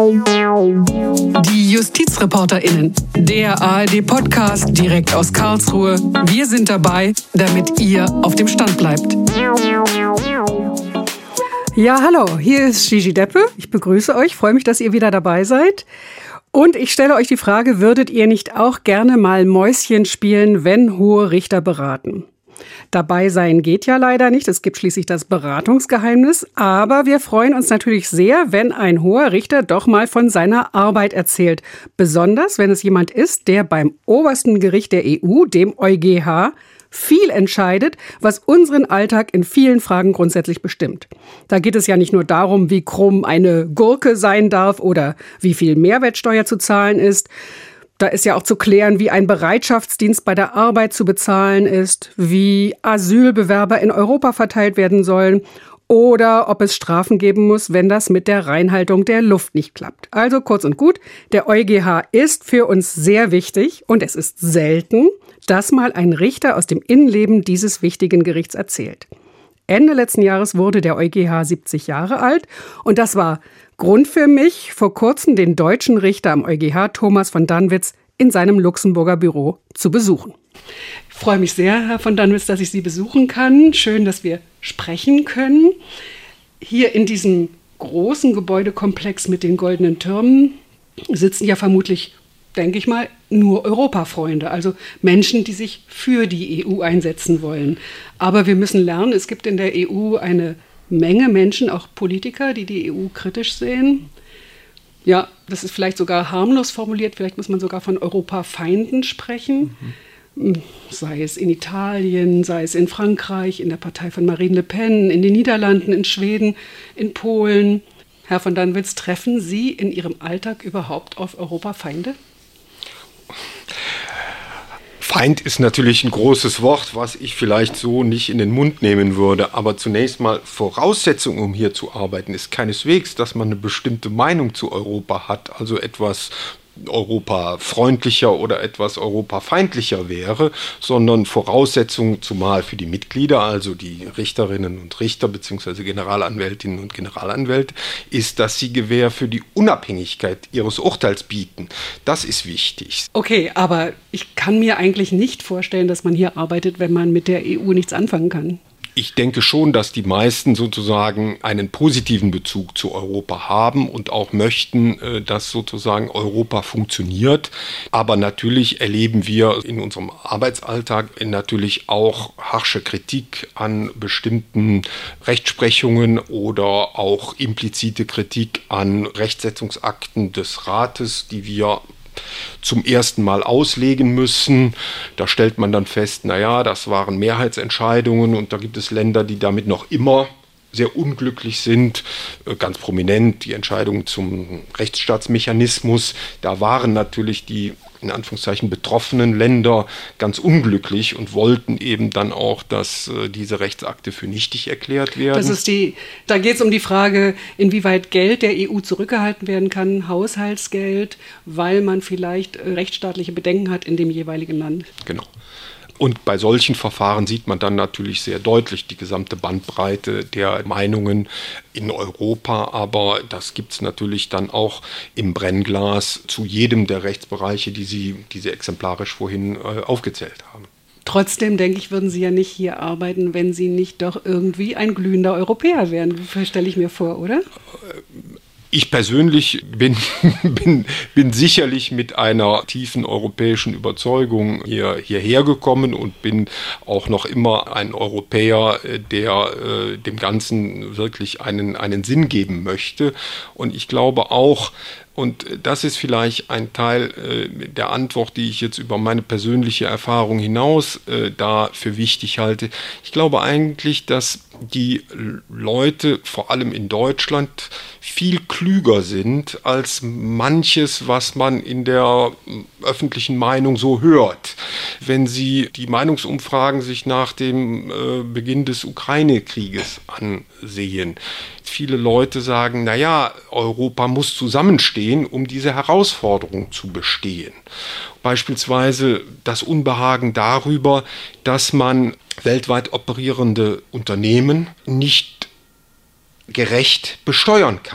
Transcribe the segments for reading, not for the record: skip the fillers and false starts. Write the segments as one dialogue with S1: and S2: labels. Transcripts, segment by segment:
S1: Die JustizreporterInnen, der ARD-Podcast direkt aus Karlsruhe. Wir sind dabei, damit ihr auf dem Stand bleibt. Ja, hallo, hier ist Gigi Deppe. Ich begrüße euch, freue mich, dass ihr wieder dabei seid. Und ich stelle euch die Frage, würdet ihr nicht auch gerne mal Mäuschen spielen, wenn hohe Richter beraten? Dabei sein geht ja leider nicht, es gibt schließlich das Beratungsgeheimnis, aber wir freuen uns natürlich sehr, wenn ein hoher Richter doch mal von seiner Arbeit erzählt. Besonders, wenn es jemand ist, der beim obersten Gericht der EU, dem EuGH, viel entscheidet, was unseren Alltag in vielen Fragen grundsätzlich bestimmt. Da geht es ja nicht nur darum, wie krumm eine Gurke sein darf oder wie viel Mehrwertsteuer zu zahlen ist. Da ist ja auch zu klären, wie ein Bereitschaftsdienst bei der Arbeit zu bezahlen ist, wie Asylbewerber in Europa verteilt werden sollen oder ob es Strafen geben muss, wenn das mit der Reinhaltung der Luft nicht klappt. Also kurz und gut, der EuGH ist für uns sehr wichtig und es ist selten, dass mal ein Richter aus dem Innenleben dieses wichtigen Gerichts erzählt. Ende letzten Jahres wurde der EuGH 70 Jahre alt und das war Grund für mich, vor kurzem den deutschen Richter am EuGH, Thomas von Danwitz, in seinem Luxemburger Büro zu besuchen. Ich freue mich sehr, Herr von Danwitz, dass ich Sie besuchen kann. Schön, dass wir sprechen können. Hier in diesem großen Gebäudekomplex mit den goldenen Türmen sitzen ja vermutlich, denke ich mal, nur Europafreunde, also Menschen, die sich für die EU einsetzen wollen. Aber wir müssen lernen, es gibt in der EU eine Menge Menschen, auch Politiker, die die EU kritisch sehen. Ja, das ist vielleicht sogar harmlos formuliert, vielleicht muss man sogar von Europafeinden sprechen. Sei es in Italien, sei es in Frankreich, in der Partei von Marine Le Pen, in den Niederlanden, in Schweden, in Polen. Herr von Danwitz, treffen Sie in Ihrem Alltag überhaupt auf Europafeinde?
S2: Feind ist natürlich ein großes Wort, was ich vielleicht so nicht in den Mund nehmen würde. Aber zunächst mal Voraussetzung, um hier zu arbeiten, ist keineswegs, dass man eine bestimmte Meinung zu Europa hat, also etwas europafreundlicher oder etwas europafeindlicher wäre, sondern Voraussetzung zumal für die Mitglieder, also die Richterinnen und Richter bzw. Generalanwältinnen und Generalanwälte, ist, dass sie Gewähr für die Unabhängigkeit ihres Urteils bieten. Das ist wichtig.
S1: Okay, aber ich kann mir eigentlich nicht vorstellen, dass man hier arbeitet, wenn man mit der EU nichts anfangen kann.
S2: Ich denke schon, dass die meisten sozusagen einen positiven Bezug zu Europa haben und auch möchten, dass sozusagen Europa funktioniert. Aber natürlich erleben wir in unserem Arbeitsalltag natürlich auch harsche Kritik an bestimmten Rechtsprechungen oder auch implizite Kritik an Rechtsetzungsakten des Rates, die wir zum ersten Mal auslegen müssen. Da stellt man dann fest, naja, das waren Mehrheitsentscheidungen und da gibt es Länder, die damit noch immer sehr unglücklich sind. Ganz prominent die Entscheidung zum Rechtsstaatsmechanismus. Da waren natürlich die in Anführungszeichen betroffenen Länder ganz unglücklich und wollten eben dann auch, dass diese Rechtsakte für nichtig erklärt werden.
S1: Da geht es um die Frage, inwieweit Geld der EU zurückgehalten werden kann, Haushaltsgeld, weil man vielleicht rechtsstaatliche Bedenken hat in dem jeweiligen Land.
S2: Genau. Und bei solchen Verfahren sieht man dann natürlich sehr deutlich die gesamte Bandbreite der Meinungen in Europa. Aber das gibt es natürlich dann auch im Brennglas zu jedem der Rechtsbereiche, die Sie exemplarisch vorhin aufgezählt haben.
S1: Trotzdem, denke ich, würden Sie ja nicht hier arbeiten, wenn Sie nicht doch irgendwie ein glühender Europäer wären. Das stelle ich mir vor, oder?
S2: Ich persönlich bin sicherlich mit einer tiefen europäischen Überzeugung hierher gekommen und bin auch noch immer ein Europäer, der dem Ganzen wirklich einen Sinn geben möchte. Und ich glaube auch, und das ist vielleicht ein Teil der Antwort, die ich jetzt über meine persönliche Erfahrung hinaus da für wichtig halte. Ich glaube eigentlich, dass die Leute, vor allem in Deutschland, viel klüger sind als manches, was man in der öffentlichen Meinung so hört. Wenn Sie die Meinungsumfragen sich nach dem Beginn des Ukraine-Krieges ansehen, viele Leute sagen, naja, Europa muss zusammenstehen, um diese Herausforderung zu bestehen. Beispielsweise das Unbehagen darüber, dass man weltweit operierende Unternehmen nicht gerecht besteuern kann.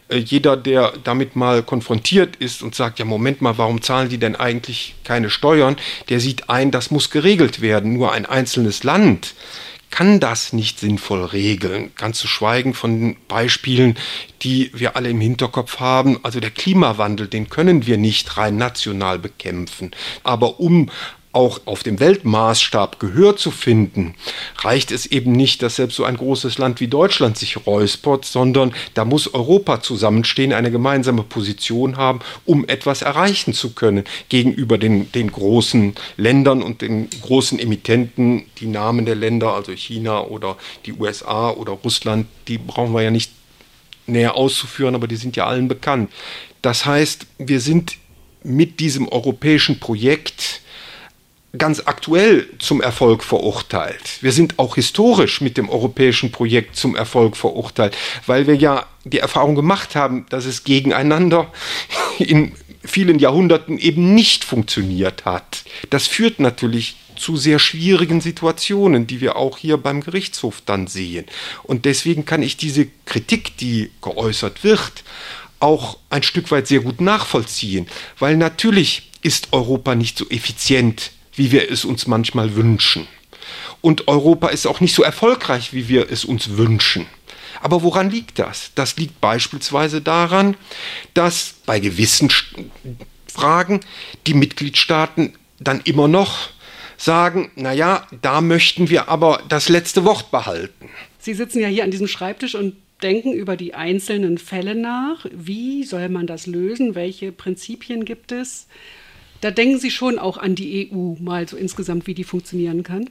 S2: Jeder, der damit mal konfrontiert ist und sagt, ja Moment mal, warum zahlen die denn eigentlich keine Steuern, der sieht ein, das muss geregelt werden. Nur ein einzelnes Land kann das nicht sinnvoll regeln, ganz zu schweigen von Beispielen, die wir alle im Hinterkopf haben. Also der Klimawandel, den können wir nicht rein national bekämpfen. Aber um auch auf dem Weltmaßstab Gehör zu finden, reicht es eben nicht, dass selbst so ein großes Land wie Deutschland sich räuspert, sondern da muss Europa zusammenstehen, eine gemeinsame Position haben, um etwas erreichen zu können gegenüber den großen Ländern und den großen Emittenten. Die Namen der Länder, also China oder die USA oder Russland, die brauchen wir ja nicht näher auszuführen, aber die sind ja allen bekannt. Das heißt, wir sind mit diesem europäischen Projekt ganz aktuell zum Erfolg verurteilt. Wir sind auch historisch mit dem europäischen Projekt zum Erfolg verurteilt, weil wir ja die Erfahrung gemacht haben, dass es gegeneinander in vielen Jahrhunderten eben nicht funktioniert hat. Das führt natürlich zu sehr schwierigen Situationen, die wir auch hier beim Gerichtshof dann sehen. Und deswegen kann ich diese Kritik, die geäußert wird, auch ein Stück weit sehr gut nachvollziehen, weil natürlich ist Europa nicht so effizient, wie wir es uns manchmal wünschen. Und Europa ist auch nicht so erfolgreich, wie wir es uns wünschen. Aber woran liegt das? Das liegt beispielsweise daran, dass bei gewissen Fragen die Mitgliedstaaten dann immer noch sagen, naja, da möchten wir aber das letzte Wort behalten.
S1: Sie sitzen ja hier an diesem Schreibtisch und denken über die einzelnen Fälle nach. Wie soll man das lösen? Welche Prinzipien gibt es? Da denken Sie schon auch an die EU, mal so insgesamt, wie die funktionieren kann?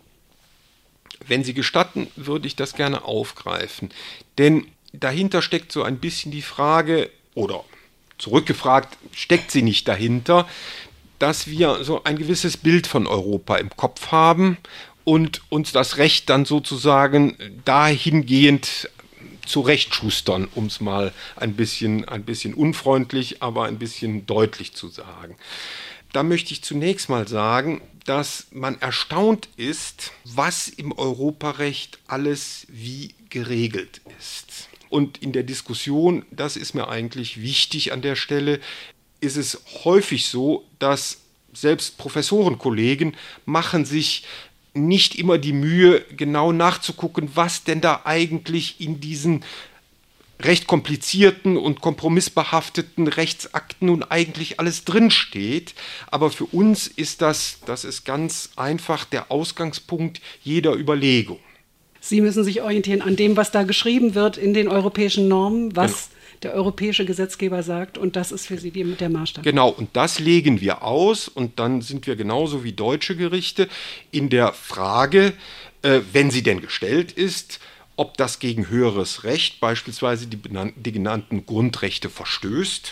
S2: Wenn Sie gestatten, würde ich das gerne aufgreifen. Denn dahinter steckt so ein bisschen die Frage, oder zurückgefragt, steckt sie nicht dahinter, dass wir so ein gewisses Bild von Europa im Kopf haben und uns das Recht dann sozusagen dahingehend zurechtschustern, um es mal ein bisschen unfreundlich, aber ein bisschen deutlich zu sagen. Da möchte ich zunächst mal sagen, dass man erstaunt ist, was im Europarecht alles wie geregelt ist. Und in der Diskussion, das ist mir eigentlich wichtig an der Stelle, ist es häufig so, dass selbst Professorenkollegen machen sich nicht immer die Mühe, genau nachzugucken, was denn da eigentlich in diesen recht komplizierten und kompromissbehafteten Rechtsakten nun eigentlich alles drinsteht. Aber für uns ist das ist ganz einfach der Ausgangspunkt jeder Überlegung.
S1: Sie müssen sich orientieren an dem, was da geschrieben wird in den europäischen Normen, was der europäische Gesetzgeber sagt, und das ist für Sie der Maßstab.
S2: Genau, und das legen wir aus, und dann sind wir genauso wie deutsche Gerichte in der Frage, wenn sie denn gestellt ist, ob das gegen höheres Recht, beispielsweise die genannten Grundrechte, verstößt.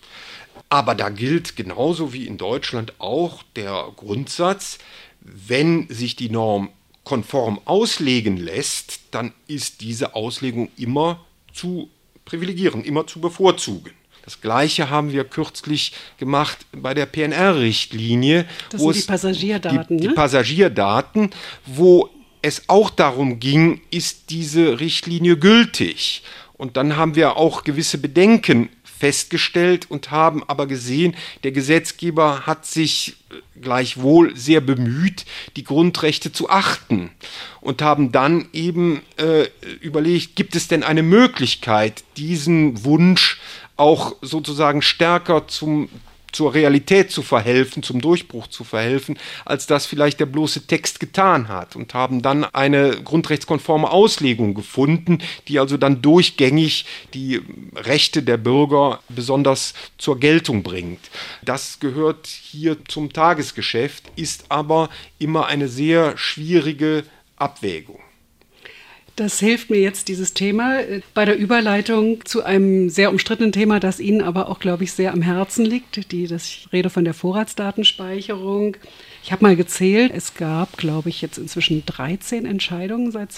S2: Aber da gilt genauso wie in Deutschland auch der Grundsatz, wenn sich die Norm konform auslegen lässt, dann ist diese Auslegung immer zu privilegieren, immer zu bevorzugen. Das Gleiche haben wir kürzlich gemacht bei der PNR-Richtlinie.
S1: Das sind die Passagierdaten,
S2: die Passagierdaten, wo es auch darum ging, ist diese Richtlinie gültig? Und dann haben wir auch gewisse Bedenken festgestellt und haben aber gesehen, der Gesetzgeber hat sich gleichwohl sehr bemüht, die Grundrechte zu achten, und haben dann eben überlegt, gibt es denn eine Möglichkeit, diesen Wunsch auch sozusagen stärker zur Realität zu verhelfen, zum Durchbruch zu verhelfen, als das vielleicht der bloße Text getan hat, und haben dann eine grundrechtskonforme Auslegung gefunden, die also dann durchgängig die Rechte der Bürger besonders zur Geltung bringt. Das gehört hier zum Tagesgeschäft, ist aber immer eine sehr schwierige Abwägung.
S1: Das hilft mir jetzt, dieses Thema, bei der Überleitung zu einem sehr umstrittenen Thema, das Ihnen aber auch, glaube ich, sehr am Herzen liegt. Ich rede von der Vorratsdatenspeicherung. Ich habe mal gezählt, es gab, glaube ich, jetzt inzwischen 13 Entscheidungen seit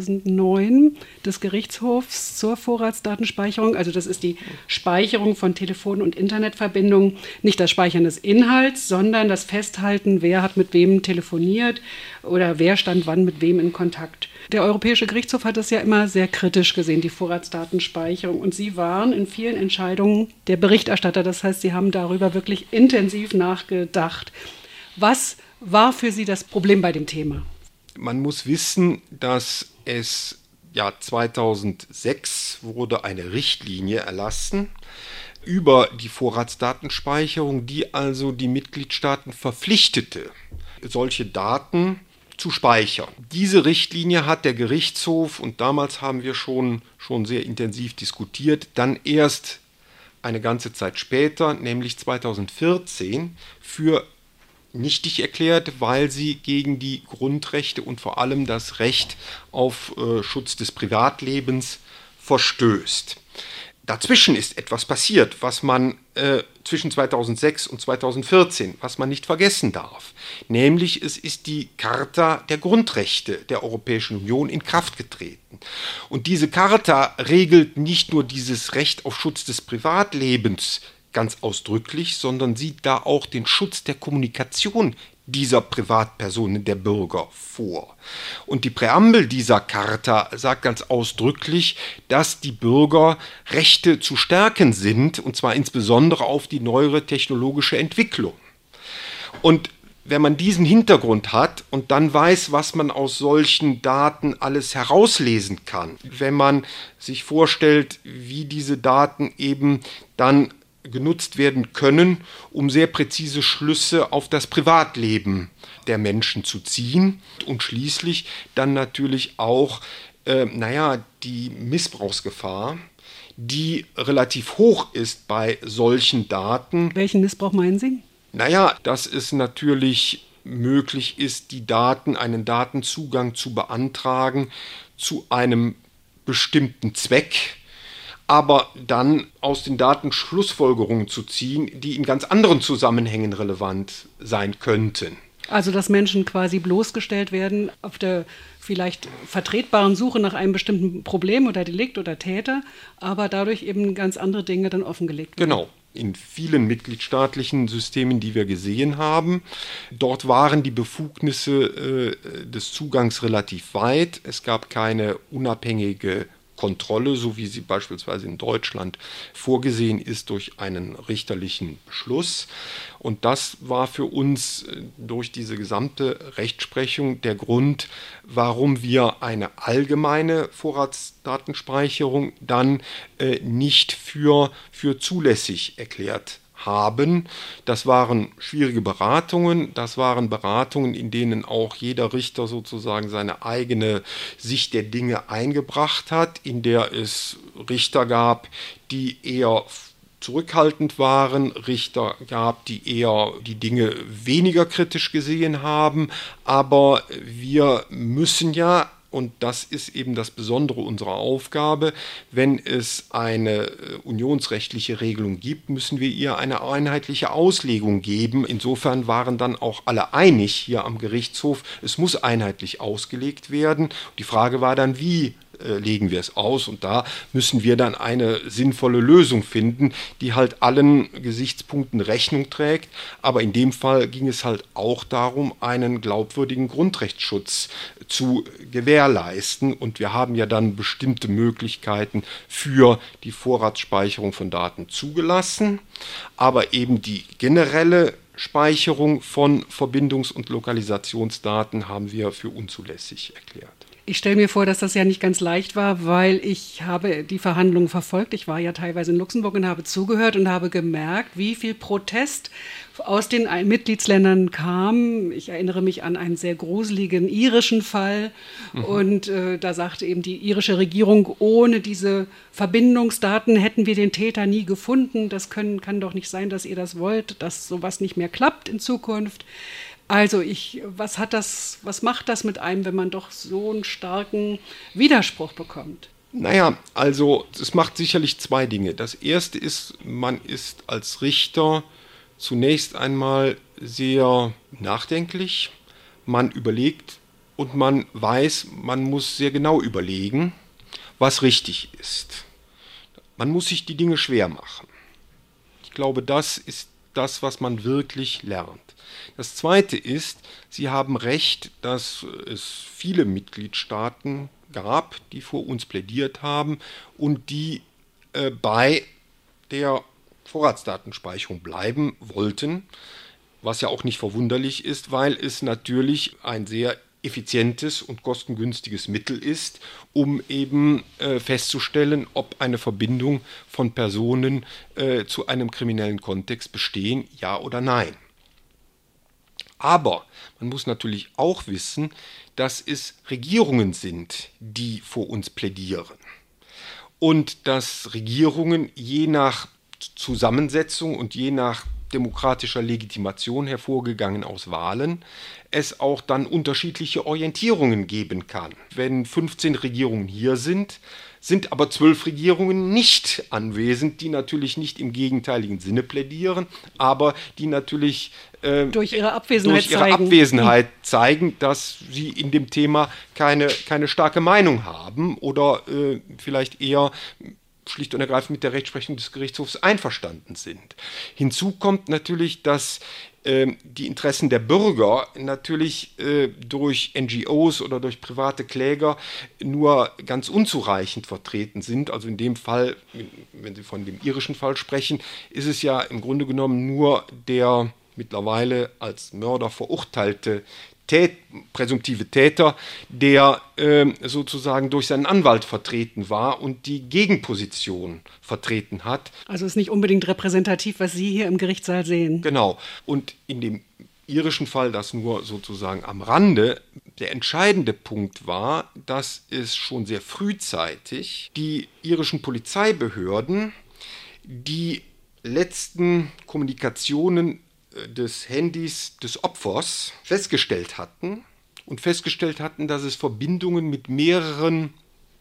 S1: 2009 des Gerichtshofs zur Vorratsdatenspeicherung. Also das ist die Speicherung von Telefon- und Internetverbindungen, nicht das Speichern des Inhalts, sondern das Festhalten, wer hat mit wem telefoniert oder wer stand wann mit wem in Kontakt. Der Europäische Gerichtshof hat das ja immer sehr kritisch gesehen, die Vorratsdatenspeicherung. Und Sie waren in vielen Entscheidungen der Berichterstatter. Das heißt, Sie haben darüber wirklich intensiv nachgedacht. Was war für Sie das Problem bei dem Thema?
S2: Man muss wissen, dass es 2006 wurde eine Richtlinie erlassen über die Vorratsdatenspeicherung, die also die Mitgliedstaaten verpflichtete, solche Daten zu speichern. Diese Richtlinie hat der Gerichtshof, und damals haben wir schon sehr intensiv diskutiert, dann erst eine ganze Zeit später, nämlich 2014, für nichtig erklärt, weil sie gegen die Grundrechte und vor allem das Recht auf Schutz des Privatlebens verstößt. Dazwischen ist etwas passiert, was man zwischen 2006 und 2014, was man nicht vergessen darf. Nämlich es ist die Charta der Grundrechte der Europäischen Union in Kraft getreten. Und diese Charta regelt nicht nur dieses Recht auf Schutz des Privatlebens ganz ausdrücklich, sondern sieht da auch den Schutz der Kommunikation dieser Privatpersonen, der Bürger, vor. Und die Präambel dieser Charta sagt ganz ausdrücklich, dass die Bürgerrechte zu stärken sind, und zwar insbesondere auf die neuere technologische Entwicklung. Und wenn man diesen Hintergrund hat und dann weiß, was man aus solchen Daten alles herauslesen kann, wenn man sich vorstellt, wie diese Daten eben dann genutzt werden können, um sehr präzise Schlüsse auf das Privatleben der Menschen zu ziehen und schließlich dann natürlich auch die Missbrauchsgefahr, die relativ hoch ist bei solchen Daten.
S1: Welchen Missbrauch meinen Sie?
S2: Dass es natürlich möglich ist, einen Datenzugang zu beantragen zu einem bestimmten Zweck, aber dann aus den Daten Schlussfolgerungen zu ziehen, die in ganz anderen Zusammenhängen relevant sein könnten.
S1: Also dass Menschen quasi bloßgestellt werden auf der vielleicht vertretbaren Suche nach einem bestimmten Problem oder Delikt oder Täter, aber dadurch eben ganz andere Dinge dann offengelegt werden.
S2: Genau. In vielen mitgliedstaatlichen Systemen, die wir gesehen haben, dort waren die Befugnisse des Zugangs relativ weit. Es gab keine unabhängige Kontrolle, so wie sie beispielsweise in Deutschland vorgesehen ist durch einen richterlichen Beschluss. Und das war für uns durch diese gesamte Rechtsprechung der Grund, warum wir eine allgemeine Vorratsdatenspeicherung dann nicht für zulässig erklärt haben. Das waren schwierige Beratungen, in denen auch jeder Richter sozusagen seine eigene Sicht der Dinge eingebracht hat, in der es Richter gab, die eher zurückhaltend waren, Richter gab, die eher die Dinge weniger kritisch gesehen haben, aber wir müssen ja, und das ist eben das Besondere unserer Aufgabe, wenn es eine unionsrechtliche Regelung gibt, müssen wir ihr eine einheitliche Auslegung geben. Insofern waren dann auch alle einig hier am Gerichtshof, es muss einheitlich ausgelegt werden. Die Frage war dann, wie legen wir es aus, und da müssen wir dann eine sinnvolle Lösung finden, die halt allen Gesichtspunkten Rechnung trägt, aber in dem Fall ging es halt auch darum, einen glaubwürdigen Grundrechtsschutz zu gewährleisten, und wir haben ja dann bestimmte Möglichkeiten für die Vorratsspeicherung von Daten zugelassen, aber eben die generelle Speicherung von Verbindungs- und Lokalisationsdaten haben wir für unzulässig erklärt.
S1: Ich stelle mir vor, dass das ja nicht ganz leicht war, weil ich habe die Verhandlungen verfolgt. Ich war ja teilweise in Luxemburg und habe zugehört und habe gemerkt, wie viel Protest aus den Mitgliedsländern kam. Ich erinnere mich an einen sehr gruseligen irischen Fall. Und da sagte eben die irische Regierung, ohne diese Verbindungsdaten hätten wir den Täter nie gefunden. Das kann doch nicht sein, dass ihr das wollt, dass sowas nicht mehr klappt in Zukunft. Also was macht das mit einem, wenn man doch so einen starken Widerspruch bekommt?
S2: Also es macht sicherlich zwei Dinge. Das erste ist, man ist als Richter zunächst einmal sehr nachdenklich. Man überlegt und man weiß, man muss sehr genau überlegen, was richtig ist. Man muss sich die Dinge schwer machen. Ich glaube, das ist das, was man wirklich lernt. Das Zweite ist, Sie haben recht, dass es viele Mitgliedstaaten gab, die vor uns plädiert haben und die bei der Vorratsdatenspeicherung bleiben wollten, was ja auch nicht verwunderlich ist, weil es natürlich ein sehr effizientes und kostengünstiges Mittel ist, um eben festzustellen, ob eine Verbindung von Personen zu einem kriminellen Kontext bestehen, ja oder nein. Aber man muss natürlich auch wissen, dass es Regierungen sind, die vor uns plädieren. Und dass Regierungen je nach Zusammensetzung und je nach demokratischer Legitimation hervorgegangen aus Wahlen, es auch dann unterschiedliche Orientierungen geben kann. Wenn 15 Regierungen hier sind aber 12 Regierungen nicht anwesend, die natürlich nicht im gegenteiligen Sinne plädieren, aber die natürlich
S1: durch ihre Abwesenheit
S2: zeigen, dass sie in dem Thema keine starke Meinung haben oder vielleicht eher schlicht und ergreifend mit der Rechtsprechung des Gerichtshofs einverstanden sind. Hinzu kommt natürlich, dass die Interessen der Bürger natürlich durch NGOs oder durch private Kläger nur ganz unzureichend vertreten sind. Also in dem Fall, wenn Sie von dem irischen Fall sprechen, ist es ja im Grunde genommen nur der mittlerweile als Mörder verurteilte präsumptive Täter, der sozusagen durch seinen Anwalt vertreten war und die Gegenposition vertreten hat.
S1: Also ist nicht unbedingt repräsentativ, was Sie hier im Gerichtssaal sehen.
S2: Genau. Und in dem irischen Fall, das nur sozusagen am Rande, der entscheidende Punkt war, dass es schon sehr frühzeitig die irischen Polizeibehörden die letzten Kommunikationen des Handys des Opfers festgestellt hatten dass es Verbindungen mit mehreren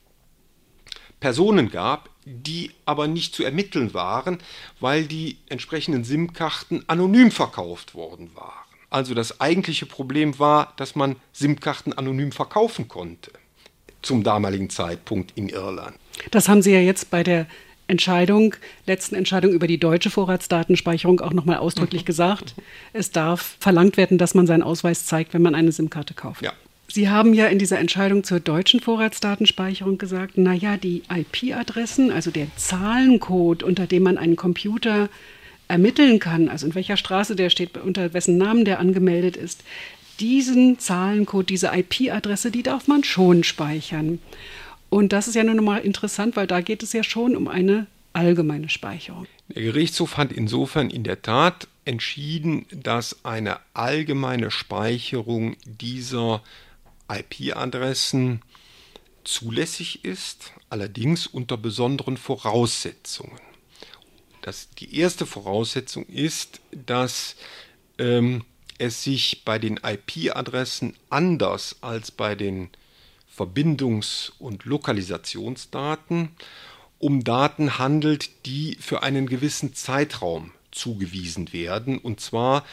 S2: Personen gab, die aber nicht zu ermitteln waren, weil die entsprechenden SIM-Karten anonym verkauft worden waren. Also das eigentliche Problem war, dass man SIM-Karten anonym verkaufen konnte zum damaligen Zeitpunkt in Irland.
S1: Das haben Sie ja jetzt bei der letzten Entscheidung über die deutsche Vorratsdatenspeicherung auch nochmal ausdrücklich gesagt. Es darf verlangt werden, dass man seinen Ausweis zeigt, wenn man eine SIM-Karte kauft.
S2: Ja.
S1: Sie haben ja in dieser Entscheidung zur deutschen Vorratsdatenspeicherung gesagt, naja, die IP-Adressen, also der Zahlencode, unter dem man einen Computer ermitteln kann, also in welcher Straße der steht, unter wessen Namen der angemeldet ist, diesen Zahlencode, diese IP-Adresse, die darf man schon speichern. Und das ist ja nun mal interessant, weil da geht es ja schon um eine allgemeine Speicherung.
S2: Der Gerichtshof hat insofern in der Tat entschieden, dass eine allgemeine Speicherung dieser IP-Adressen zulässig ist, allerdings unter besonderen Voraussetzungen. Die erste Voraussetzung ist, dass es sich bei den IP-Adressen anders als bei den Verbindungs- und Lokalisationsdaten um Daten handelt, die für einen gewissen Zeitraum zugewiesen werden, und zwar,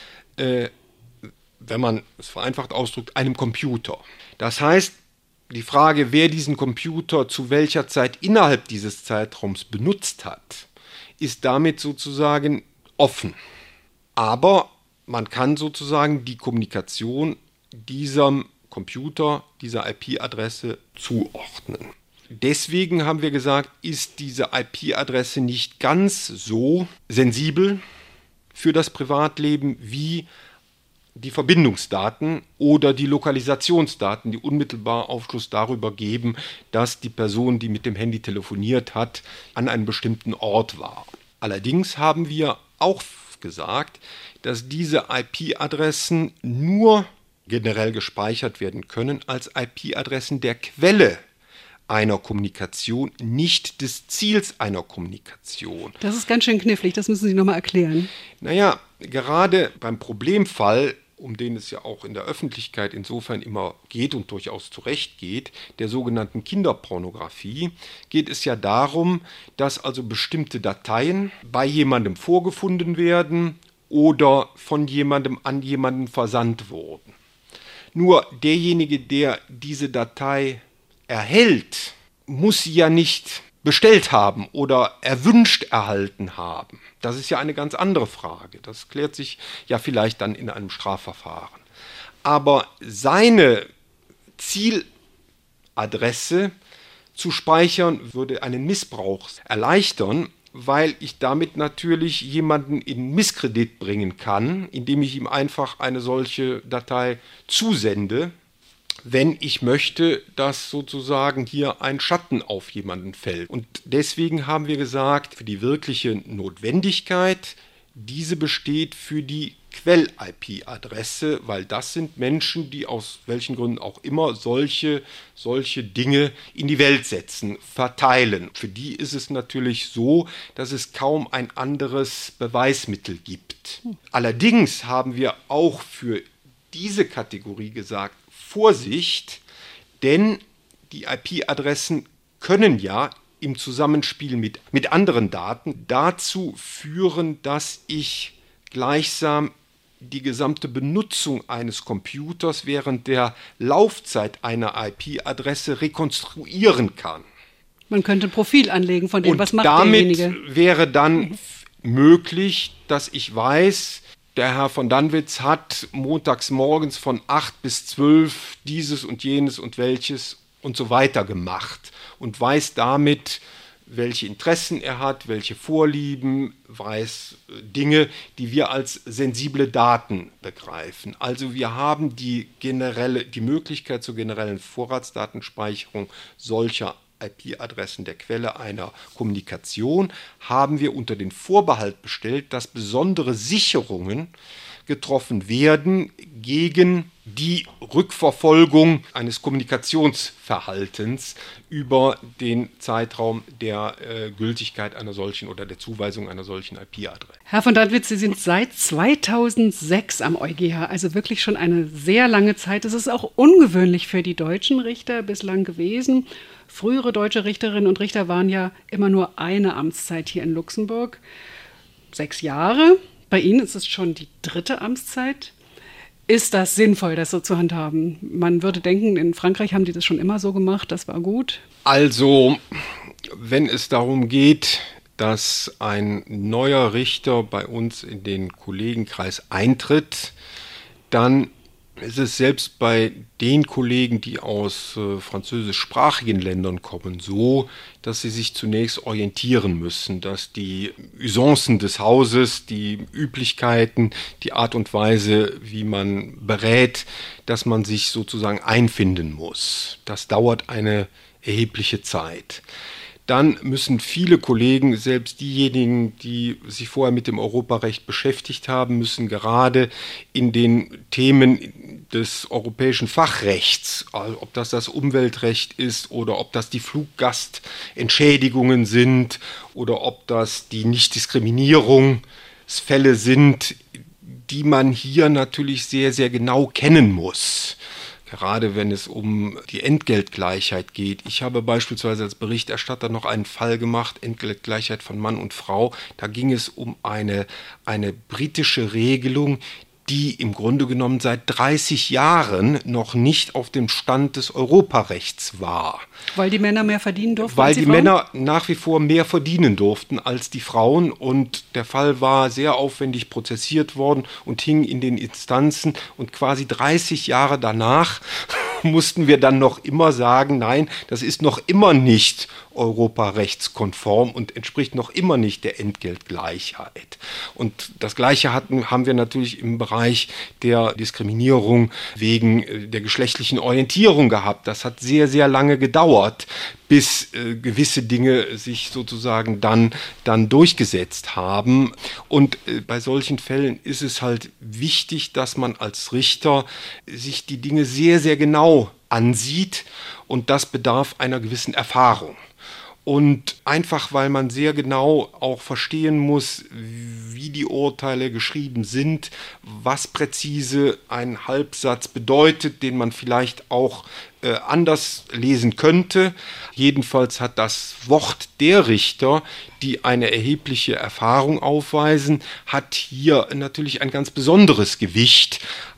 S2: wenn man es vereinfacht ausdrückt, einem Computer. Das heißt, die Frage, wer diesen Computer zu welcher Zeit innerhalb dieses Zeitraums benutzt hat, ist damit sozusagen offen. Aber man kann sozusagen die Kommunikation diesem Computer, dieser IP-Adresse zuordnen. Deswegen haben wir gesagt, ist diese IP-Adresse nicht ganz so sensibel für das Privatleben wie die Verbindungsdaten oder die Lokalisationsdaten, die unmittelbar Aufschluss darüber geben, dass die Person, die mit dem Handy telefoniert hat, an einem bestimmten Ort war. Allerdings haben wir auch gesagt, dass diese IP-Adressen nur generell gespeichert werden können als IP-Adressen der Quelle einer Kommunikation, nicht des Ziels einer Kommunikation.
S1: Das ist ganz schön knifflig, das müssen Sie nochmal erklären.
S2: Naja, gerade beim Problemfall, um den es ja auch in der Öffentlichkeit insofern immer geht und durchaus zu Recht geht, der sogenannten Kinderpornografie, geht es ja darum, dass also bestimmte Dateien bei jemandem vorgefunden werden oder von jemandem an jemanden versandt wurden. Nur derjenige, der diese Datei erhält, muss sie ja nicht bestellt haben oder erwünscht erhalten haben. Das ist ja eine ganz andere Frage. Das klärt sich ja vielleicht dann in einem Strafverfahren. Aber seine Zieladresse zu speichern, würde einen Missbrauch erleichtern, weil ich damit natürlich jemanden in Misskredit bringen kann, indem ich ihm einfach eine solche Datei zusende, wenn ich möchte, dass sozusagen hier ein Schatten auf jemanden fällt. Und deswegen haben wir gesagt, für die wirkliche Notwendigkeit, diese besteht für die Quell-IP-Adresse, weil das sind Menschen, die aus welchen Gründen auch immer solche Dinge in die Welt setzen, verteilen. Für die ist es natürlich so, dass es kaum ein anderes Beweismittel gibt. Allerdings haben wir auch für diese Kategorie gesagt, Vorsicht, denn die IP-Adressen können ja im Zusammenspiel mit anderen Daten dazu führen, dass ich gleichsam die gesamte Benutzung eines Computers während der Laufzeit einer IP-Adresse rekonstruieren kann.
S1: Man könnte ein Profil anlegen von dem,
S2: und
S1: was macht
S2: damit
S1: derjenige.
S2: Wäre dann möglich, dass ich weiß, der Herr von Danwitz hat montags morgens von 8 bis 12 dieses und jenes und welches und so weiter gemacht und weiß damit, welche Interessen er hat, welche Vorlieben, weiß Dinge, die wir als sensible Daten begreifen. Also wir haben die Möglichkeit zur generellen Vorratsdatenspeicherung solcher IP-Adressen der Quelle einer Kommunikation, haben wir unter den Vorbehalt bestellt, dass besondere Sicherungen getroffen werden gegen die Rückverfolgung eines Kommunikationsverhaltens über den Zeitraum der Gültigkeit einer solchen oder der Zuweisung einer solchen IP-Adresse.
S1: Herr von Danwitz, Sie sind seit 2006 am EuGH, also wirklich schon eine sehr lange Zeit. Es ist auch ungewöhnlich für die deutschen Richter bislang gewesen. Frühere deutsche Richterinnen und Richter waren ja immer nur eine Amtszeit hier in Luxemburg. 6 Jahre. Bei Ihnen ist es schon die 3. Amtszeit. Ist das sinnvoll, das so zu handhaben? Man würde denken, in Frankreich haben die das schon immer so gemacht, das war gut.
S2: Also, wenn es darum geht, dass ein neuer Richter bei uns in den Kollegenkreis eintritt, dann ist es selbst bei den Kollegen, die aus französischsprachigen Ländern kommen, so, dass sie sich zunächst orientieren müssen, dass die Usancen des Hauses, die Üblichkeiten, die Art und Weise, wie man berät, dass man sich sozusagen einfinden muss. Das dauert eine erhebliche Zeit. Dann müssen viele Kollegen, selbst diejenigen, die sich vorher mit dem Europarecht beschäftigt haben, müssen gerade in den Themen des europäischen Fachrechts, also ob das Umweltrecht ist oder ob das die Fluggastentschädigungen sind oder ob das die Nichtdiskriminierungsfälle sind, die man hier natürlich sehr, sehr genau kennen muss. Gerade wenn es um die Entgeltgleichheit geht. Ich habe beispielsweise als Berichterstatter noch einen Fall gemacht, Entgeltgleichheit von Mann und Frau. Da ging es um eine britische Regelung, die im Grunde genommen seit 30 Jahren noch nicht auf dem Stand des Europarechts war.
S1: Weil die Männer mehr verdienen durften
S2: Weil
S1: als die
S2: die
S1: Frauen?
S2: Männer nach wie vor mehr verdienen durften als die Frauen und der Fall war sehr aufwendig prozessiert worden und hing in den Instanzen und quasi 30 Jahre danach mussten wir dann noch immer sagen, nein, das ist noch immer nicht europarechtskonform und entspricht noch immer nicht der Entgeltgleichheit. Und das Gleiche haben wir natürlich im Bereich der Diskriminierung wegen der geschlechtlichen Orientierung gehabt. Das hat sehr, sehr lange gedauert, bis gewisse Dinge sich sozusagen dann durchgesetzt haben. Und bei solchen Fällen ist es halt wichtig, dass man als Richter sich die Dinge sehr, sehr genau ansieht und das bedarf einer gewissen Erfahrung. Und einfach, weil man sehr genau auch verstehen muss, wie die Urteile geschrieben sind, was präzise ein Halbsatz bedeutet, den man vielleicht auch anders lesen könnte. Jedenfalls hat das Wort der Richter, die eine erhebliche Erfahrung aufweisen, hat hier natürlich ein ganz besonderes Gewicht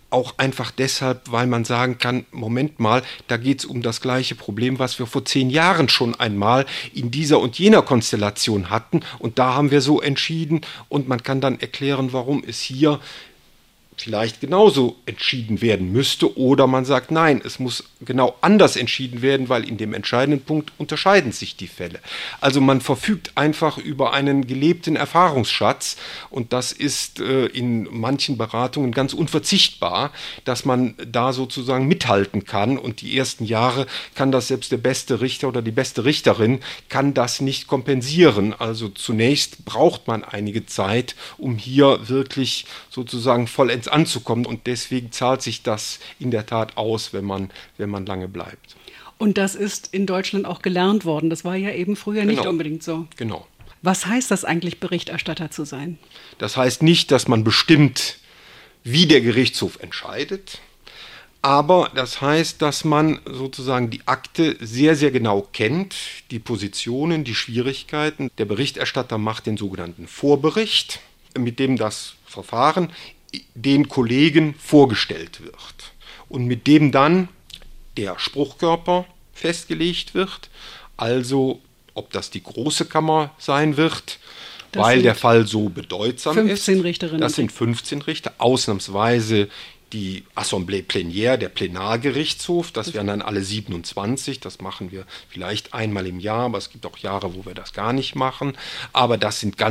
S2: Auch einfach deshalb, weil man sagen kann, Moment mal, da geht es um das gleiche Problem, was wir vor 10 Jahren schon einmal in dieser und jener Konstellation hatten. Und da haben wir so entschieden. Und man kann dann erklären, warum es hier vielleicht genauso entschieden werden müsste, oder man sagt, nein, es muss genau anders entschieden werden, weil in dem entscheidenden Punkt unterscheiden sich die Fälle. Also man verfügt einfach über einen gelebten Erfahrungsschatz, und das ist in manchen Beratungen ganz unverzichtbar, dass man da sozusagen mithalten kann, und die ersten Jahre kann das selbst der beste Richter oder die beste Richterin kann das nicht kompensieren. Also zunächst braucht man einige Zeit, um hier wirklich sozusagen vollends anzukommen, und deswegen zahlt sich das in der Tat aus, wenn man lange bleibt.
S1: Und das ist in Deutschland auch gelernt worden. Das war ja eben früher nicht unbedingt so.
S2: Genau.
S1: Was heißt das eigentlich, Berichterstatter zu sein?
S2: Das heißt nicht, dass man bestimmt, wie der Gerichtshof entscheidet, aber das heißt, dass man sozusagen die Akte sehr, sehr genau kennt, die Positionen, die Schwierigkeiten. Der Berichterstatter macht den sogenannten Vorbericht, mit dem das Verfahren den Kollegen vorgestellt wird und mit dem dann der Spruchkörper festgelegt wird, also ob das die große Kammer sein wird, weil der Fall so bedeutsam
S1: 15 Richterinnen.
S2: Das sind 15 Richter, ausnahmsweise die Assemblée plénière, der Plenargerichtshof, das wären dann alle 27, das machen wir vielleicht einmal im Jahr, aber es gibt auch Jahre, wo wir das gar nicht machen, aber das sind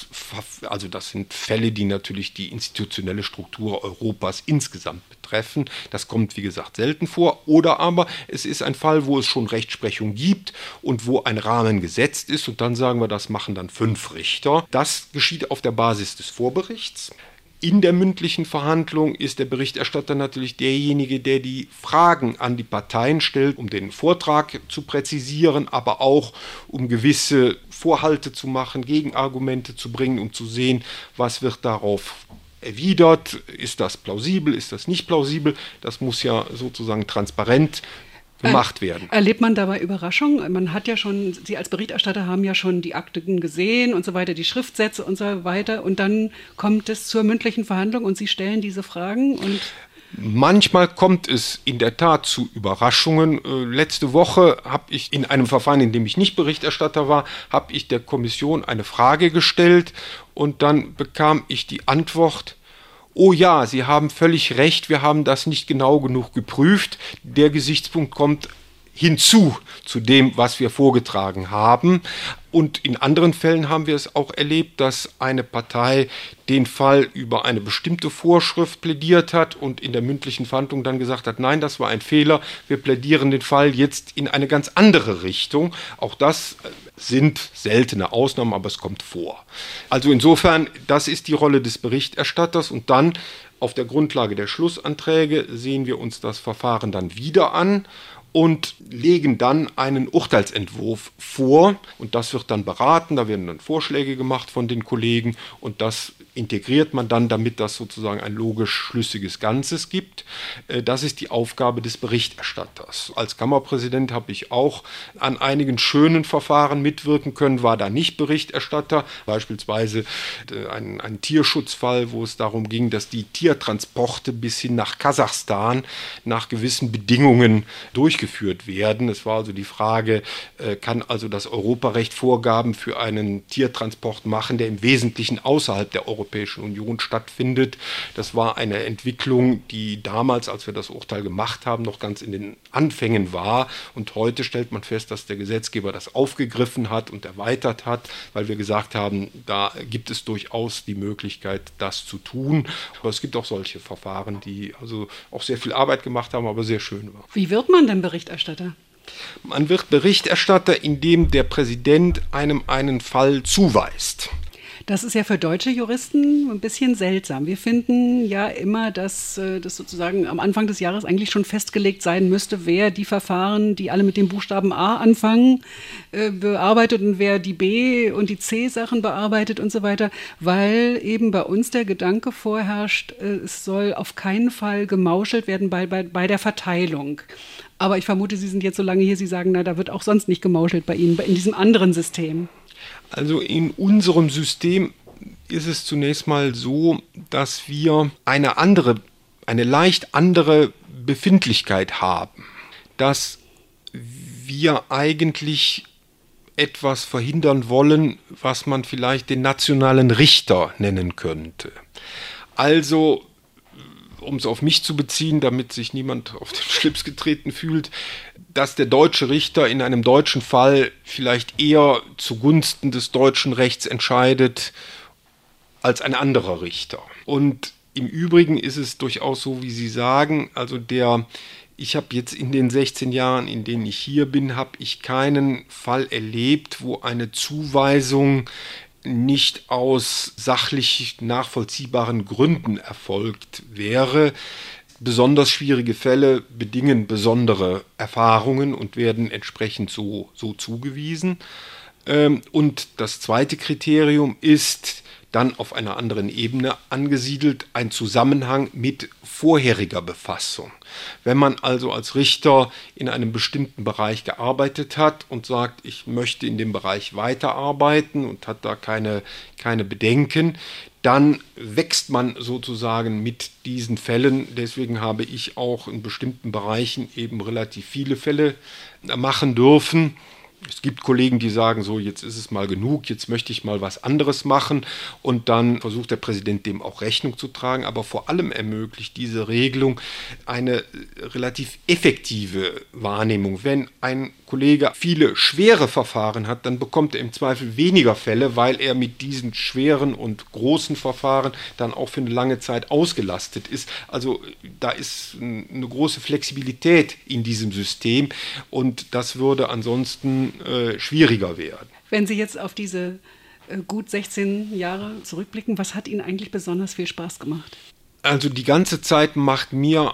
S2: das sind Fälle, die natürlich die institutionelle Struktur Europas insgesamt betreffen. Das kommt, wie gesagt, selten vor, oder aber es ist ein Fall, wo es schon Rechtsprechung gibt und wo ein Rahmen gesetzt ist, und dann sagen wir, das machen dann 5 Richter. Das geschieht auf der Basis des Vorberichts. In der mündlichen Verhandlung ist der Berichterstatter natürlich derjenige, der die Fragen an die Parteien stellt, um den Vortrag zu präzisieren, aber auch um gewisse Vorhalte zu machen, Gegenargumente zu bringen, um zu sehen, was wird darauf erwidert, ist das plausibel, ist das nicht plausibel. Das muss ja sozusagen transparent gemacht werden.
S1: Erlebt man dabei Überraschungen? Man hat ja schon, Sie als Berichterstatter haben ja schon die Akten gesehen und so weiter, die Schriftsätze und so weiter, und dann kommt es zur mündlichen Verhandlung und Sie stellen diese Fragen und...
S2: Manchmal kommt es in der Tat zu Überraschungen. Letzte Woche habe ich in einem Verfahren, in dem ich nicht Berichterstatter war, habe ich der Kommission eine Frage gestellt, und dann bekam ich die Antwort: Oh ja, Sie haben völlig recht, wir haben das nicht genau genug geprüft. Der Gesichtspunkt kommt hinzu zu dem, was wir vorgetragen haben. Und in anderen Fällen haben wir es auch erlebt, dass eine Partei den Fall über eine bestimmte Vorschrift plädiert hat und in der mündlichen Verhandlung dann gesagt hat, nein, das war ein Fehler, wir plädieren den Fall jetzt in eine ganz andere Richtung. Auch das sind seltene Ausnahmen, aber es kommt vor. Also insofern, das ist die Rolle des Berichterstatters, und dann auf der Grundlage der Schlussanträge sehen wir uns das Verfahren dann wieder an und legen dann einen Urteilsentwurf vor, und das wird dann beraten, da werden dann Vorschläge gemacht von den Kollegen, und das integriert man dann, damit das sozusagen ein logisch schlüssiges Ganzes gibt. Das ist die Aufgabe des Berichterstatters. Als Kammerpräsident habe ich auch an einigen schönen Verfahren mitwirken können, war da nicht Berichterstatter, beispielsweise ein Tierschutzfall, wo es darum ging, dass die Tiertransporte bis hin nach Kasachstan nach gewissen Bedingungen durchgeführt werden. Es war also die Frage, kann also das Europarecht Vorgaben für einen Tiertransport machen, der im Wesentlichen außerhalb der Europäischen Union stattfindet. Das war eine Entwicklung, die damals, als wir das Urteil gemacht haben, noch ganz in den Anfängen war. Und heute stellt man fest, dass der Gesetzgeber das aufgegriffen hat und erweitert hat, weil wir gesagt haben, da gibt es durchaus die Möglichkeit, das zu tun. Aber es gibt auch solche Verfahren, die also auch sehr viel Arbeit gemacht haben, aber sehr schön waren.
S1: Wie wird man denn Berichterstatter?
S2: Man wird Berichterstatter, indem der Präsident einem einen Fall zuweist.
S1: Das ist ja für deutsche Juristen ein bisschen seltsam. Wir finden ja immer, dass das sozusagen am Anfang des Jahres eigentlich schon festgelegt sein müsste, wer die Verfahren, die alle mit dem Buchstaben A anfangen, bearbeitet und wer die B- und die C-Sachen bearbeitet und so weiter, weil eben bei uns der Gedanke vorherrscht, es soll auf keinen Fall gemauschelt werden bei der Verteilung. Aber ich vermute, Sie sind jetzt so lange hier, Sie sagen, na, da wird auch sonst nicht gemauschelt bei Ihnen, in diesem anderen System.
S2: Also in unserem System ist es zunächst mal so, dass wir eine andere eine leicht andere Befindlichkeit haben, dass wir eigentlich etwas verhindern wollen, was man vielleicht den nationalen Richter nennen könnte. Also, um es auf mich zu beziehen, damit sich niemand auf den Schlips getreten fühlt, dass der deutsche Richter in einem deutschen Fall vielleicht eher zugunsten des deutschen Rechts entscheidet als ein anderer Richter. Und im Übrigen ist es durchaus so, wie Sie sagen, also ich habe jetzt in den 16 Jahren, in denen ich hier bin, habe ich keinen Fall erlebt, wo eine Zuweisung nicht aus sachlich nachvollziehbaren Gründen erfolgt wäre. Besonders schwierige Fälle bedingen besondere Erfahrungen und werden entsprechend so zugewiesen. Und das zweite Kriterium ist dann auf einer anderen Ebene angesiedelt, ein Zusammenhang mit vorheriger Befassung. Wenn man also als Richter in einem bestimmten Bereich gearbeitet hat und sagt, ich möchte in dem Bereich weiterarbeiten und hat da keine Bedenken, dann wächst man sozusagen mit diesen Fällen. Deswegen habe ich auch in bestimmten Bereichen eben relativ viele Fälle machen dürfen. Es gibt Kollegen, die sagen so, jetzt ist es mal genug, jetzt möchte ich mal was anderes machen, und dann versucht der Präsident dem auch Rechnung zu tragen. Aber vor allem ermöglicht diese Regelung eine relativ effektive Wahrnehmung. Wenn ein Kollege viele schwere Verfahren hat, dann bekommt er im Zweifel weniger Fälle, weil er mit diesen schweren und großen Verfahren dann auch für eine lange Zeit ausgelastet ist. Also da ist eine große Flexibilität in diesem System, und das würde ansonsten schwieriger werden.
S1: Wenn Sie jetzt auf diese gut 16 Jahre zurückblicken, was hat Ihnen eigentlich besonders viel Spaß gemacht?
S2: Also die ganze Zeit macht mir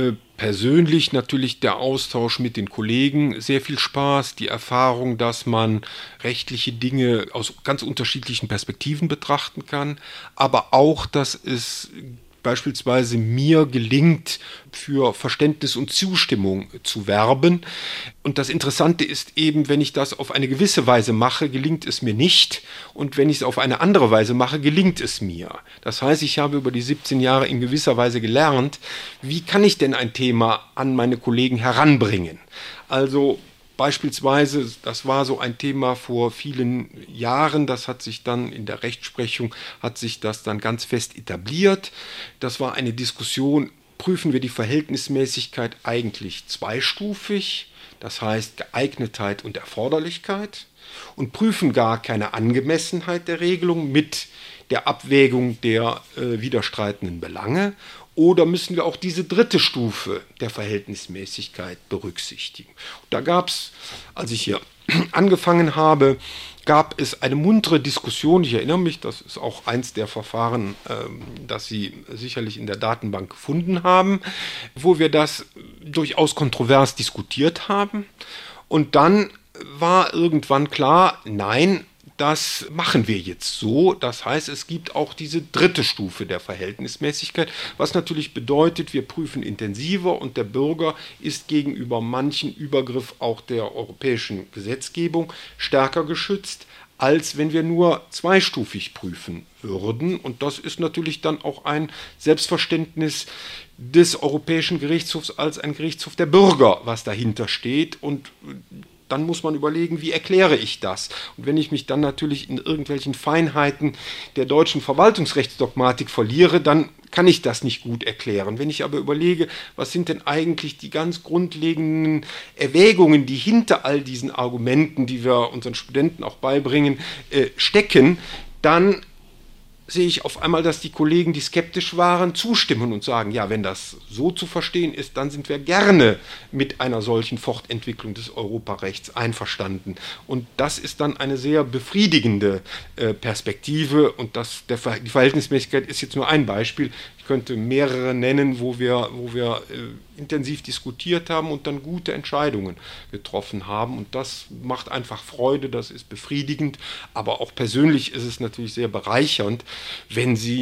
S2: persönlich natürlich der Austausch mit den Kollegen sehr viel Spaß, die Erfahrung, dass man rechtliche Dinge aus ganz unterschiedlichen Perspektiven betrachten kann, aber auch, dass es beispielsweise mir gelingt, für Verständnis und Zustimmung zu werben. Und das Interessante ist eben, wenn ich das auf eine gewisse Weise mache, gelingt es mir nicht. Und wenn ich es auf eine andere Weise mache, gelingt es mir. Das heißt, ich habe über die 17 Jahre in gewisser Weise gelernt, wie kann ich denn ein Thema an meine Kollegen heranbringen? Also beispielsweise, das war so ein Thema vor vielen Jahren, das hat sich dann in der Rechtsprechung, hat sich das dann ganz fest etabliert. Das war eine Diskussion, prüfen wir die Verhältnismäßigkeit eigentlich zweistufig, das heißt Geeignetheit und Erforderlichkeit, und prüfen gar keine Angemessenheit der Regelung mit der Abwägung der widerstreitenden Belange. Oder müssen wir auch diese dritte Stufe der Verhältnismäßigkeit berücksichtigen? Da gab es, als ich hier angefangen habe, gab es eine muntere Diskussion. Ich erinnere mich, das ist auch eins der Verfahren, das Sie sicherlich in der Datenbank gefunden haben, wo wir das durchaus kontrovers diskutiert haben. Und dann war irgendwann klar, nein, das machen wir jetzt so. Das heißt, es gibt auch diese dritte Stufe der Verhältnismäßigkeit, was natürlich bedeutet, wir prüfen intensiver, und der Bürger ist gegenüber manchen Übergriff auch der europäischen Gesetzgebung stärker geschützt, als wenn wir nur zweistufig prüfen würden. Und das ist natürlich dann auch ein Selbstverständnis des Europäischen Gerichtshofs als ein Gerichtshof der Bürger, was dahinter steht. Und dann muss man überlegen, wie erkläre ich das? Und wenn ich mich dann natürlich in irgendwelchen Feinheiten der deutschen Verwaltungsrechtsdogmatik verliere, dann kann ich das nicht gut erklären. Wenn ich aber überlege, was sind denn eigentlich die ganz grundlegenden Erwägungen, die hinter all diesen Argumenten, die wir unseren Studenten auch beibringen, stecken, dann sehe ich auf einmal, dass die Kollegen, die skeptisch waren, zustimmen und sagen, ja, wenn das so zu verstehen ist, dann sind wir gerne mit einer solchen Fortentwicklung des Europarechts einverstanden. Und das ist dann eine sehr befriedigende Perspektive, und die Verhältnismäßigkeit ist jetzt nur ein Beispiel. Ich könnte mehrere nennen, wo wir intensiv diskutiert haben und dann gute Entscheidungen getroffen haben. Und das macht einfach Freude, das ist befriedigend. Aber auch persönlich ist es natürlich sehr bereichernd, wenn Sie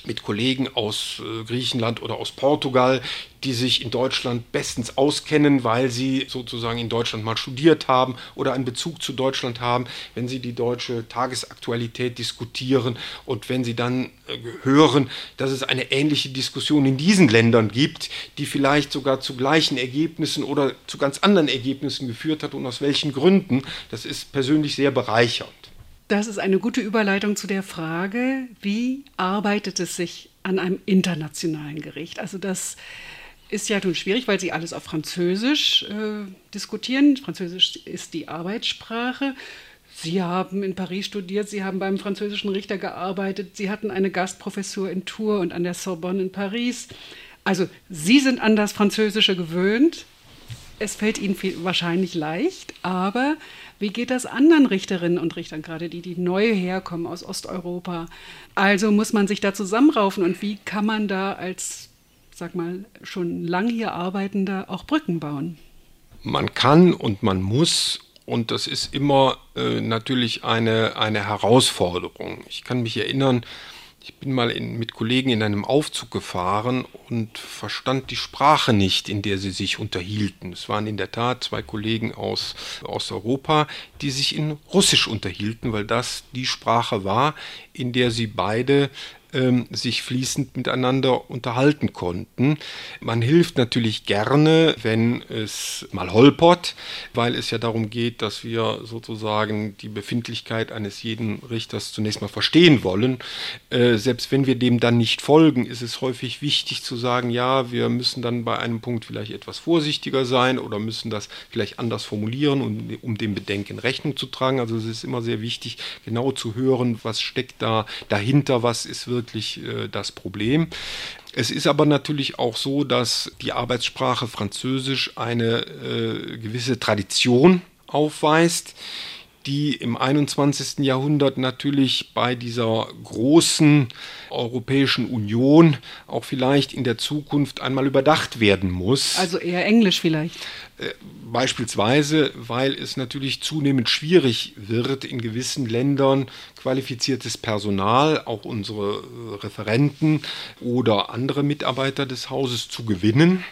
S2: mit Kollegen aus Griechenland oder aus Portugal, die sich in Deutschland bestens auskennen, weil sie sozusagen in Deutschland mal studiert haben oder einen Bezug zu Deutschland haben, wenn sie die deutsche Tagesaktualität diskutieren und wenn sie dann hören, dass es eine ähnliche Diskussion in diesen Ländern gibt, die vielleicht sogar zu gleichen Ergebnissen oder zu ganz anderen Ergebnissen geführt hat und aus welchen Gründen, das ist persönlich sehr bereichernd.
S1: Das ist eine gute Überleitung zu der Frage, wie arbeitet es sich an einem internationalen Gericht? Also das ist ja nun schwierig, weil Sie alles auf Französisch diskutieren. Französisch ist die Arbeitssprache. Sie haben in Paris studiert, Sie haben beim französischen Richter gearbeitet, Sie hatten eine Gastprofessur in Tours und an der Sorbonne in Paris. Also Sie sind an das Französische gewöhnt. Es fällt Ihnen wahrscheinlich leicht, aber wie geht das anderen Richterinnen und Richtern, gerade die neu herkommen aus Osteuropa? Also muss man sich da zusammenraufen und wie kann man da als, sag mal, schon lang hier Arbeitender auch Brücken bauen?
S2: Man kann und man muss, und das ist immer natürlich eine Herausforderung. Ich kann mich erinnern, ich bin mal mit Kollegen in einem Aufzug gefahren und verstand die Sprache nicht, in der sie sich unterhielten. Es waren in der Tat zwei Kollegen aus Osteuropa, die sich in Russisch unterhielten, weil das die Sprache war, in der sie beide sich fließend miteinander unterhalten konnten. Man hilft natürlich gerne, wenn es mal holpert, weil es ja darum geht, dass wir sozusagen die Befindlichkeit eines jeden Richters zunächst mal verstehen wollen. Selbst wenn wir dem dann nicht folgen, ist es häufig wichtig zu sagen, ja, wir müssen dann bei einem Punkt vielleicht etwas vorsichtiger sein oder müssen das vielleicht anders formulieren, um dem Bedenken Rechnung zu tragen. Also es ist immer sehr wichtig, genau zu hören, was steckt da dahinter, was ist wirklich das Problem. Es ist aber natürlich auch so, dass die Arbeitssprache Französisch eine gewisse Tradition aufweist, die im 21. Jahrhundert natürlich bei dieser großen Europäischen Union auch vielleicht in der Zukunft einmal überdacht werden muss.
S1: Also eher Englisch vielleicht.
S2: Beispielsweise, weil es natürlich zunehmend schwierig wird, in gewissen Ländern qualifiziertes Personal, auch unsere Referenten oder andere Mitarbeiter des Hauses zu gewinnen.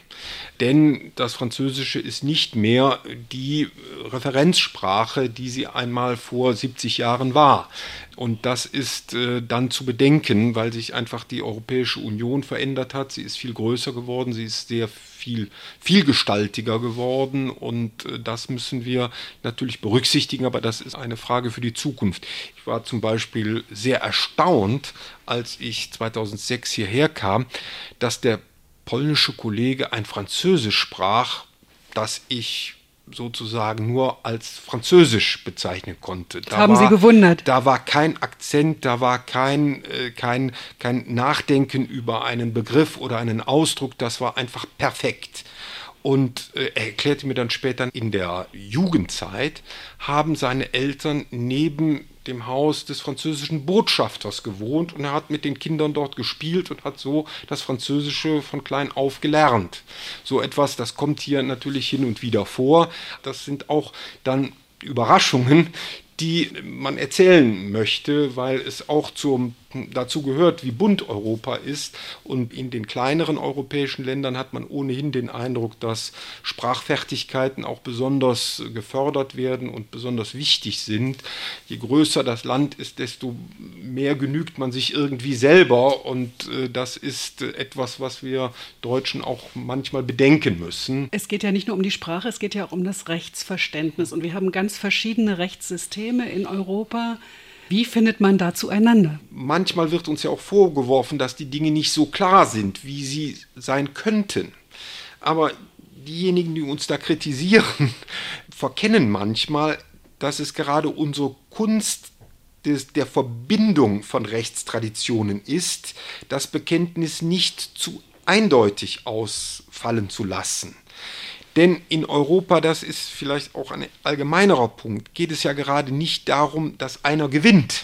S2: Denn das Französische ist nicht mehr die Referenzsprache, die sie einmal vor 70 Jahren war. Und das ist dann zu bedenken, weil sich einfach die Europäische Union verändert hat. Sie ist viel größer geworden, sie ist sehr vielgestaltiger geworden und das müssen wir natürlich berücksichtigen, aber das ist eine Frage für die Zukunft. Ich war zum Beispiel sehr erstaunt, als ich 2006 hierher kam, dass der polnische Kollege ein Französisch sprach, das ich sozusagen nur als Französisch bezeichnen konnte.
S1: Haben Sie gewundert?
S2: Da war kein Akzent, da war kein Nachdenken über einen Begriff oder einen Ausdruck, das war einfach perfekt. Und er erklärte mir dann später, in der Jugendzeit haben seine Eltern neben dem Haus des französischen Botschafters gewohnt und er hat mit den Kindern dort gespielt und hat so das Französische von klein auf gelernt. So etwas, das kommt hier natürlich hin und wieder vor. Das sind auch dann Überraschungen, die man erzählen möchte, weil es auch dazu gehört, wie bunt Europa ist. Und in den kleineren europäischen Ländern hat man ohnehin den Eindruck, dass Sprachfertigkeiten auch besonders gefördert werden und besonders wichtig sind. Je größer das Land ist, desto mehr genügt man sich irgendwie selber. Und das ist etwas, was wir Deutschen auch manchmal bedenken müssen.
S1: Es geht ja nicht nur um die Sprache, es geht ja auch um das Rechtsverständnis. Und wir haben ganz verschiedene Rechtssysteme in Europa. Wie findet man da zueinander?
S2: Manchmal wird uns ja auch vorgeworfen, dass die Dinge nicht so klar sind, wie sie sein könnten. Aber diejenigen, die uns da kritisieren, verkennen manchmal, dass es gerade unsere Kunst der Verbindung von Rechtstraditionen ist, das Bekenntnis nicht zu eindeutig ausfallen zu lassen. Denn in Europa, das ist vielleicht auch ein allgemeinerer Punkt, geht es ja gerade nicht darum, dass einer gewinnt,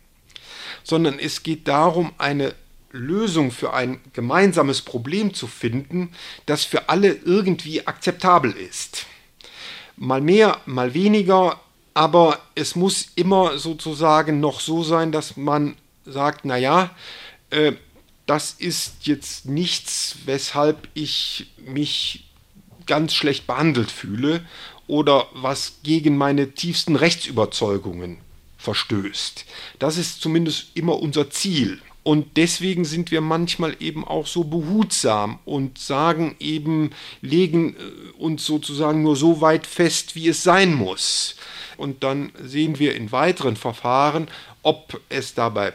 S2: sondern es geht darum, eine Lösung für ein gemeinsames Problem zu finden, das für alle irgendwie akzeptabel ist. Mal mehr, mal weniger, aber es muss immer sozusagen noch so sein, dass man sagt, naja, das ist jetzt nichts, weshalb ich mich ganz schlecht behandelt fühle oder was gegen meine tiefsten Rechtsüberzeugungen verstößt. Das ist zumindest immer unser Ziel. Und deswegen sind wir manchmal eben auch so behutsam und sagen eben, legen uns sozusagen nur so weit fest, wie es sein muss. Und dann sehen wir in weiteren Verfahren, ob es dabei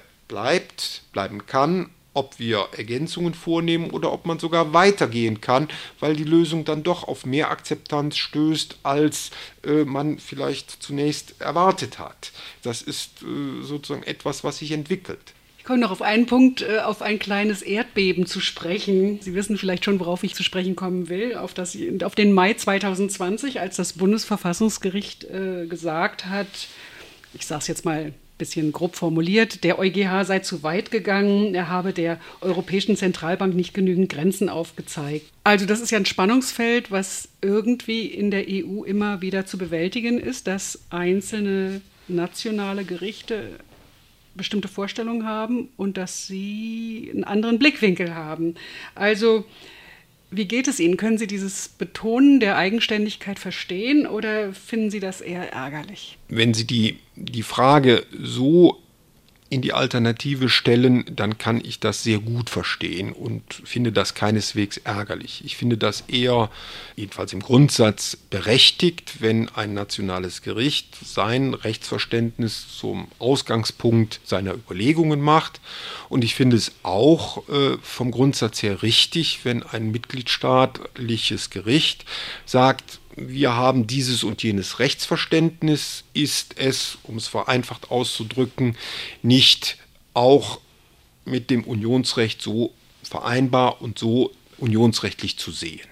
S2: bleiben kann, ob wir Ergänzungen vornehmen oder ob man sogar weitergehen kann, weil die Lösung dann doch auf mehr Akzeptanz stößt, als man vielleicht zunächst erwartet hat. Das ist sozusagen etwas, was sich entwickelt.
S1: Ich komme noch auf einen Punkt, auf ein kleines Erdbeben zu sprechen. Sie wissen vielleicht schon, worauf ich zu sprechen kommen will, auf den Mai 2020, als das Bundesverfassungsgericht gesagt hat, ich sage es jetzt mal ein bisschen grob formuliert, der EuGH sei zu weit gegangen, er habe der Europäischen Zentralbank nicht genügend Grenzen aufgezeigt. Also das ist ja ein Spannungsfeld, was irgendwie in der EU immer wieder zu bewältigen ist, dass einzelne nationale Gerichte bestimmte Vorstellungen haben und dass sie einen anderen Blickwinkel haben. Also, wie geht es Ihnen? Können Sie dieses Betonen der Eigenständigkeit verstehen oder finden Sie das eher ärgerlich?
S2: Wenn Sie die Frage so in die Alternative stellen, dann kann ich das sehr gut verstehen und finde das keineswegs ärgerlich. Ich finde das eher, jedenfalls im Grundsatz, berechtigt, wenn ein nationales Gericht sein Rechtsverständnis zum Ausgangspunkt seiner Überlegungen macht. Und ich finde es auch vom Grundsatz her richtig, wenn ein mitgliedstaatliches Gericht sagt, wir haben dieses und jenes Rechtsverständnis, ist es, um es vereinfacht auszudrücken, nicht auch mit dem Unionsrecht so vereinbar und so unionsrechtlich zu sehen.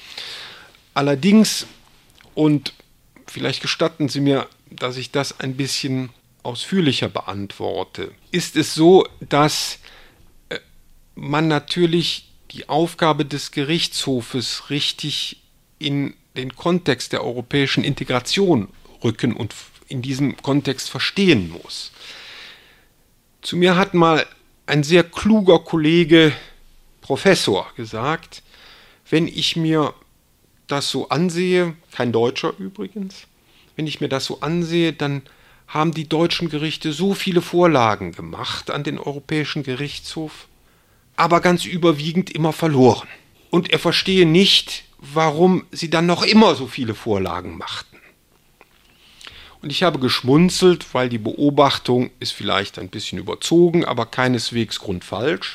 S2: Allerdings, und vielleicht gestatten Sie mir, dass ich das ein bisschen ausführlicher beantworte, ist es so, dass man natürlich die Aufgabe des Gerichtshofes richtig in den Kontext der europäischen Integration rücken und in diesem Kontext verstehen muss. Zu mir hat mal ein sehr kluger Kollege, Professor, gesagt, wenn ich mir das so ansehe, kein Deutscher übrigens, wenn ich mir das so ansehe, dann haben die deutschen Gerichte so viele Vorlagen gemacht an den Europäischen Gerichtshof, aber ganz überwiegend immer verloren. Und er verstehe nicht, warum sie dann noch immer so viele Vorlagen machten. Und ich habe geschmunzelt, weil die Beobachtung ist vielleicht ein bisschen überzogen, aber keineswegs grundfalsch.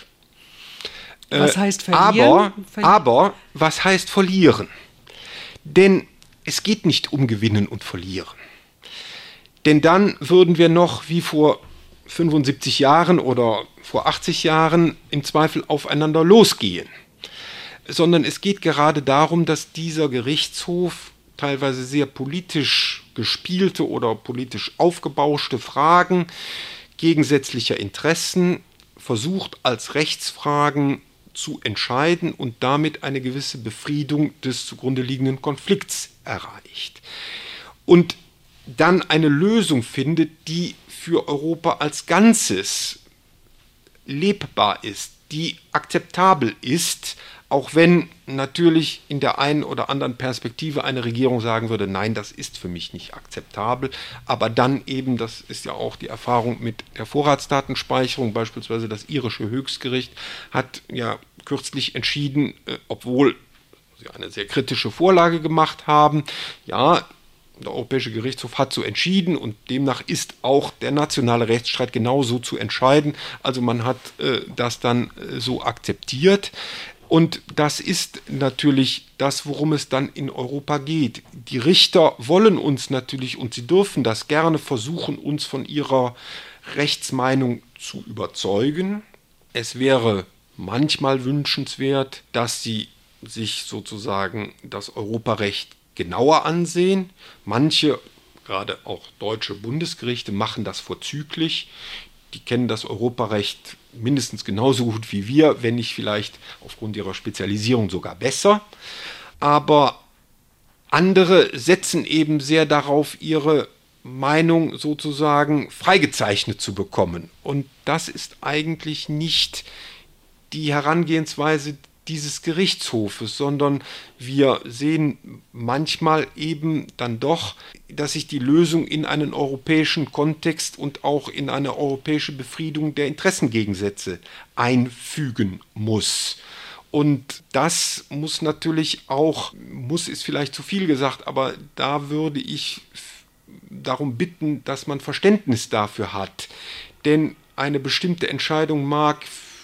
S1: Was heißt verlieren?
S2: Aber was heißt verlieren? Denn es geht nicht um Gewinnen und Verlieren. Denn dann würden wir noch wie vor 75 Jahren oder vor 80 Jahren im Zweifel aufeinander losgehen. Sondern es geht gerade darum, dass dieser Gerichtshof teilweise sehr politisch gespielte oder politisch aufgebauschte Fragen gegensätzlicher Interessen versucht als Rechtsfragen zu entscheiden und damit eine gewisse Befriedung des zugrunde liegenden Konflikts erreicht. Und dann eine Lösung findet, die für Europa als Ganzes lebbar ist, die akzeptabel ist, auch wenn natürlich in der einen oder anderen Perspektive eine Regierung sagen würde, nein, das ist für mich nicht akzeptabel, aber dann eben, das ist ja auch die Erfahrung mit der Vorratsdatenspeicherung, beispielsweise das irische Höchstgericht hat ja kürzlich entschieden, obwohl sie eine sehr kritische Vorlage gemacht haben, ja, der Europäische Gerichtshof hat so entschieden und demnach ist auch der nationale Rechtsstreit genauso zu entscheiden. Also man hat das dann so akzeptiert. Und das ist natürlich das, worum es dann in Europa geht. Die Richter wollen uns natürlich, und sie dürfen das gerne versuchen, uns von ihrer Rechtsmeinung zu überzeugen. Es wäre manchmal wünschenswert, dass sie sich sozusagen das Europarecht genauer ansehen. Manche, gerade auch deutsche Bundesgerichte, machen das vorzüglich. Die kennen das Europarecht mindestens genauso gut wie wir, wenn nicht vielleicht aufgrund ihrer Spezialisierung sogar besser. Aber andere setzen eben sehr darauf, ihre Meinung sozusagen freigezeichnet zu bekommen. Und das ist eigentlich nicht die Herangehensweise dieses Gerichtshofes, sondern wir sehen manchmal eben dann doch, dass sich die Lösung in einen europäischen Kontext und auch in eine europäische Befriedung der Interessengegensätze einfügen muss. Und das muss natürlich auch, muss ist vielleicht zu viel gesagt, aber da würde ich darum bitten, dass man Verständnis dafür hat. Denn eine bestimmte Entscheidung mag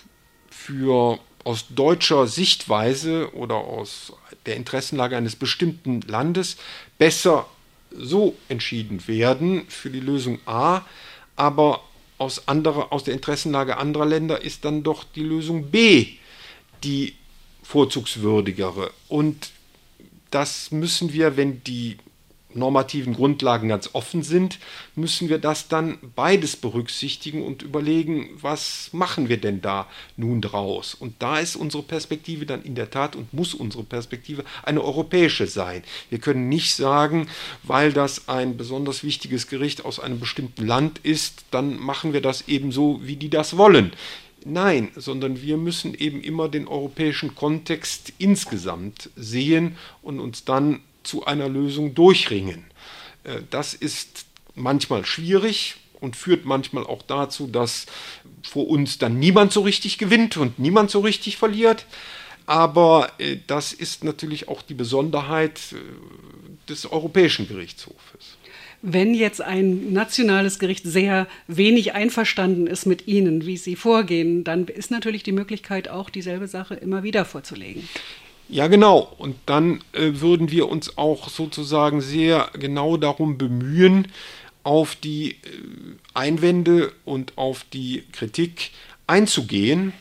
S2: aus deutscher Sichtweise oder aus der Interessenlage eines bestimmten Landes besser so entschieden werden für die Lösung A, aber aus der Interessenlage anderer Länder ist dann doch die Lösung B die vorzugswürdigere. Und das müssen wir, wenn die normativen Grundlagen ganz offen sind, müssen wir das dann beides berücksichtigen und überlegen, was machen wir denn da nun draus? Und da ist unsere Perspektive dann in der Tat und muss unsere Perspektive eine europäische sein. Wir können nicht sagen, weil das ein besonders wichtiges Gericht aus einem bestimmten Land ist, dann machen wir das eben so, wie die das wollen. Nein, sondern wir müssen eben immer den europäischen Kontext insgesamt sehen und uns dann zu einer Lösung durchringen. Das ist manchmal schwierig und führt manchmal auch dazu, dass vor uns dann niemand so richtig gewinnt und niemand so richtig verliert. Aber das ist natürlich auch die Besonderheit des Europäischen Gerichtshofes.
S1: Wenn jetzt ein nationales Gericht sehr wenig einverstanden ist mit Ihnen, wie Sie vorgehen, dann ist natürlich die Möglichkeit, auch dieselbe Sache immer wieder vorzulegen.
S2: Ja, genau. Und dann würden wir uns auch sozusagen sehr genau darum bemühen, auf die Einwände und auf die Kritik einzugehen.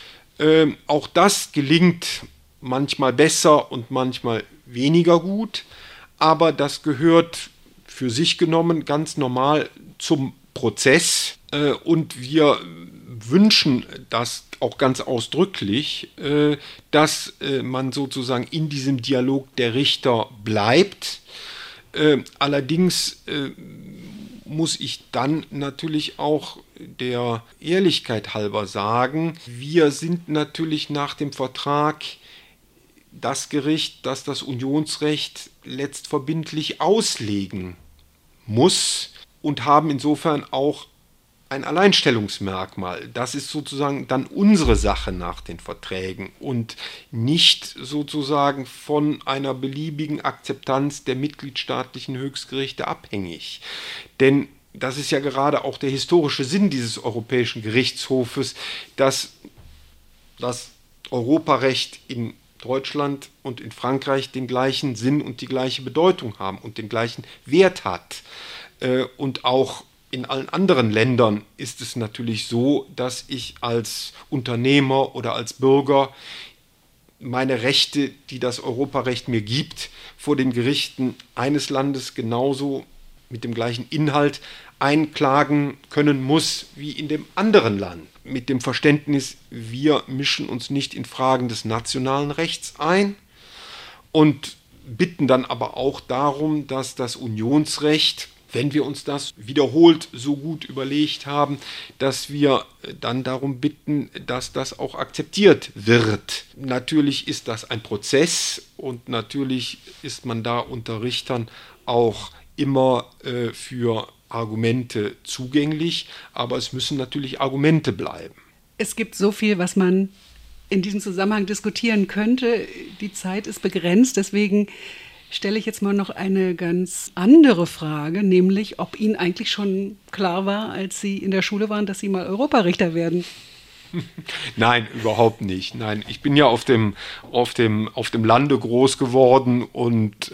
S2: Auch das gelingt manchmal besser und manchmal weniger gut, aber das gehört für sich genommen ganz normal zum Prozess und wir wünschen das auch ganz ausdrücklich, dass man sozusagen in diesem Dialog der Richter bleibt. Allerdings muss ich dann natürlich auch der Ehrlichkeit halber sagen, wir sind natürlich nach dem Vertrag das Gericht, das das Unionsrecht letztverbindlich auslegen muss und haben insofern auch ein Alleinstellungsmerkmal. Das ist sozusagen dann unsere Sache nach den Verträgen und nicht sozusagen von einer beliebigen Akzeptanz der mitgliedstaatlichen Höchstgerichte abhängig. Denn das ist ja gerade auch der historische Sinn dieses Europäischen Gerichtshofes, dass das Europarecht in Deutschland und in Frankreich den gleichen Sinn und die gleiche Bedeutung haben und den gleichen Wert hat. Und auch in allen anderen Ländern ist es natürlich so, dass ich als Unternehmer oder als Bürger meine Rechte, die das Europarecht mir gibt, vor den Gerichten eines Landes genauso mit dem gleichen Inhalt einklagen können muss wie in dem anderen Land. Mit dem Verständnis, wir mischen uns nicht in Fragen des nationalen Rechts ein und bitten dann aber auch darum, dass das Unionsrecht, wenn wir uns das wiederholt so gut überlegt haben, dass wir dann darum bitten, dass das auch akzeptiert wird. Natürlich ist das ein Prozess und natürlich ist man da unter Richtern auch immer für Argumente zugänglich, aber es müssen natürlich Argumente bleiben.
S1: Es gibt so viel, was man in diesem Zusammenhang diskutieren könnte. Die Zeit ist begrenzt, deswegen stelle ich jetzt mal noch eine ganz andere Frage, nämlich ob Ihnen eigentlich schon klar war, als Sie in der Schule waren, dass Sie mal Europarichter werden.
S2: Nein, überhaupt nicht. Nein, ich bin ja auf dem Lande groß geworden und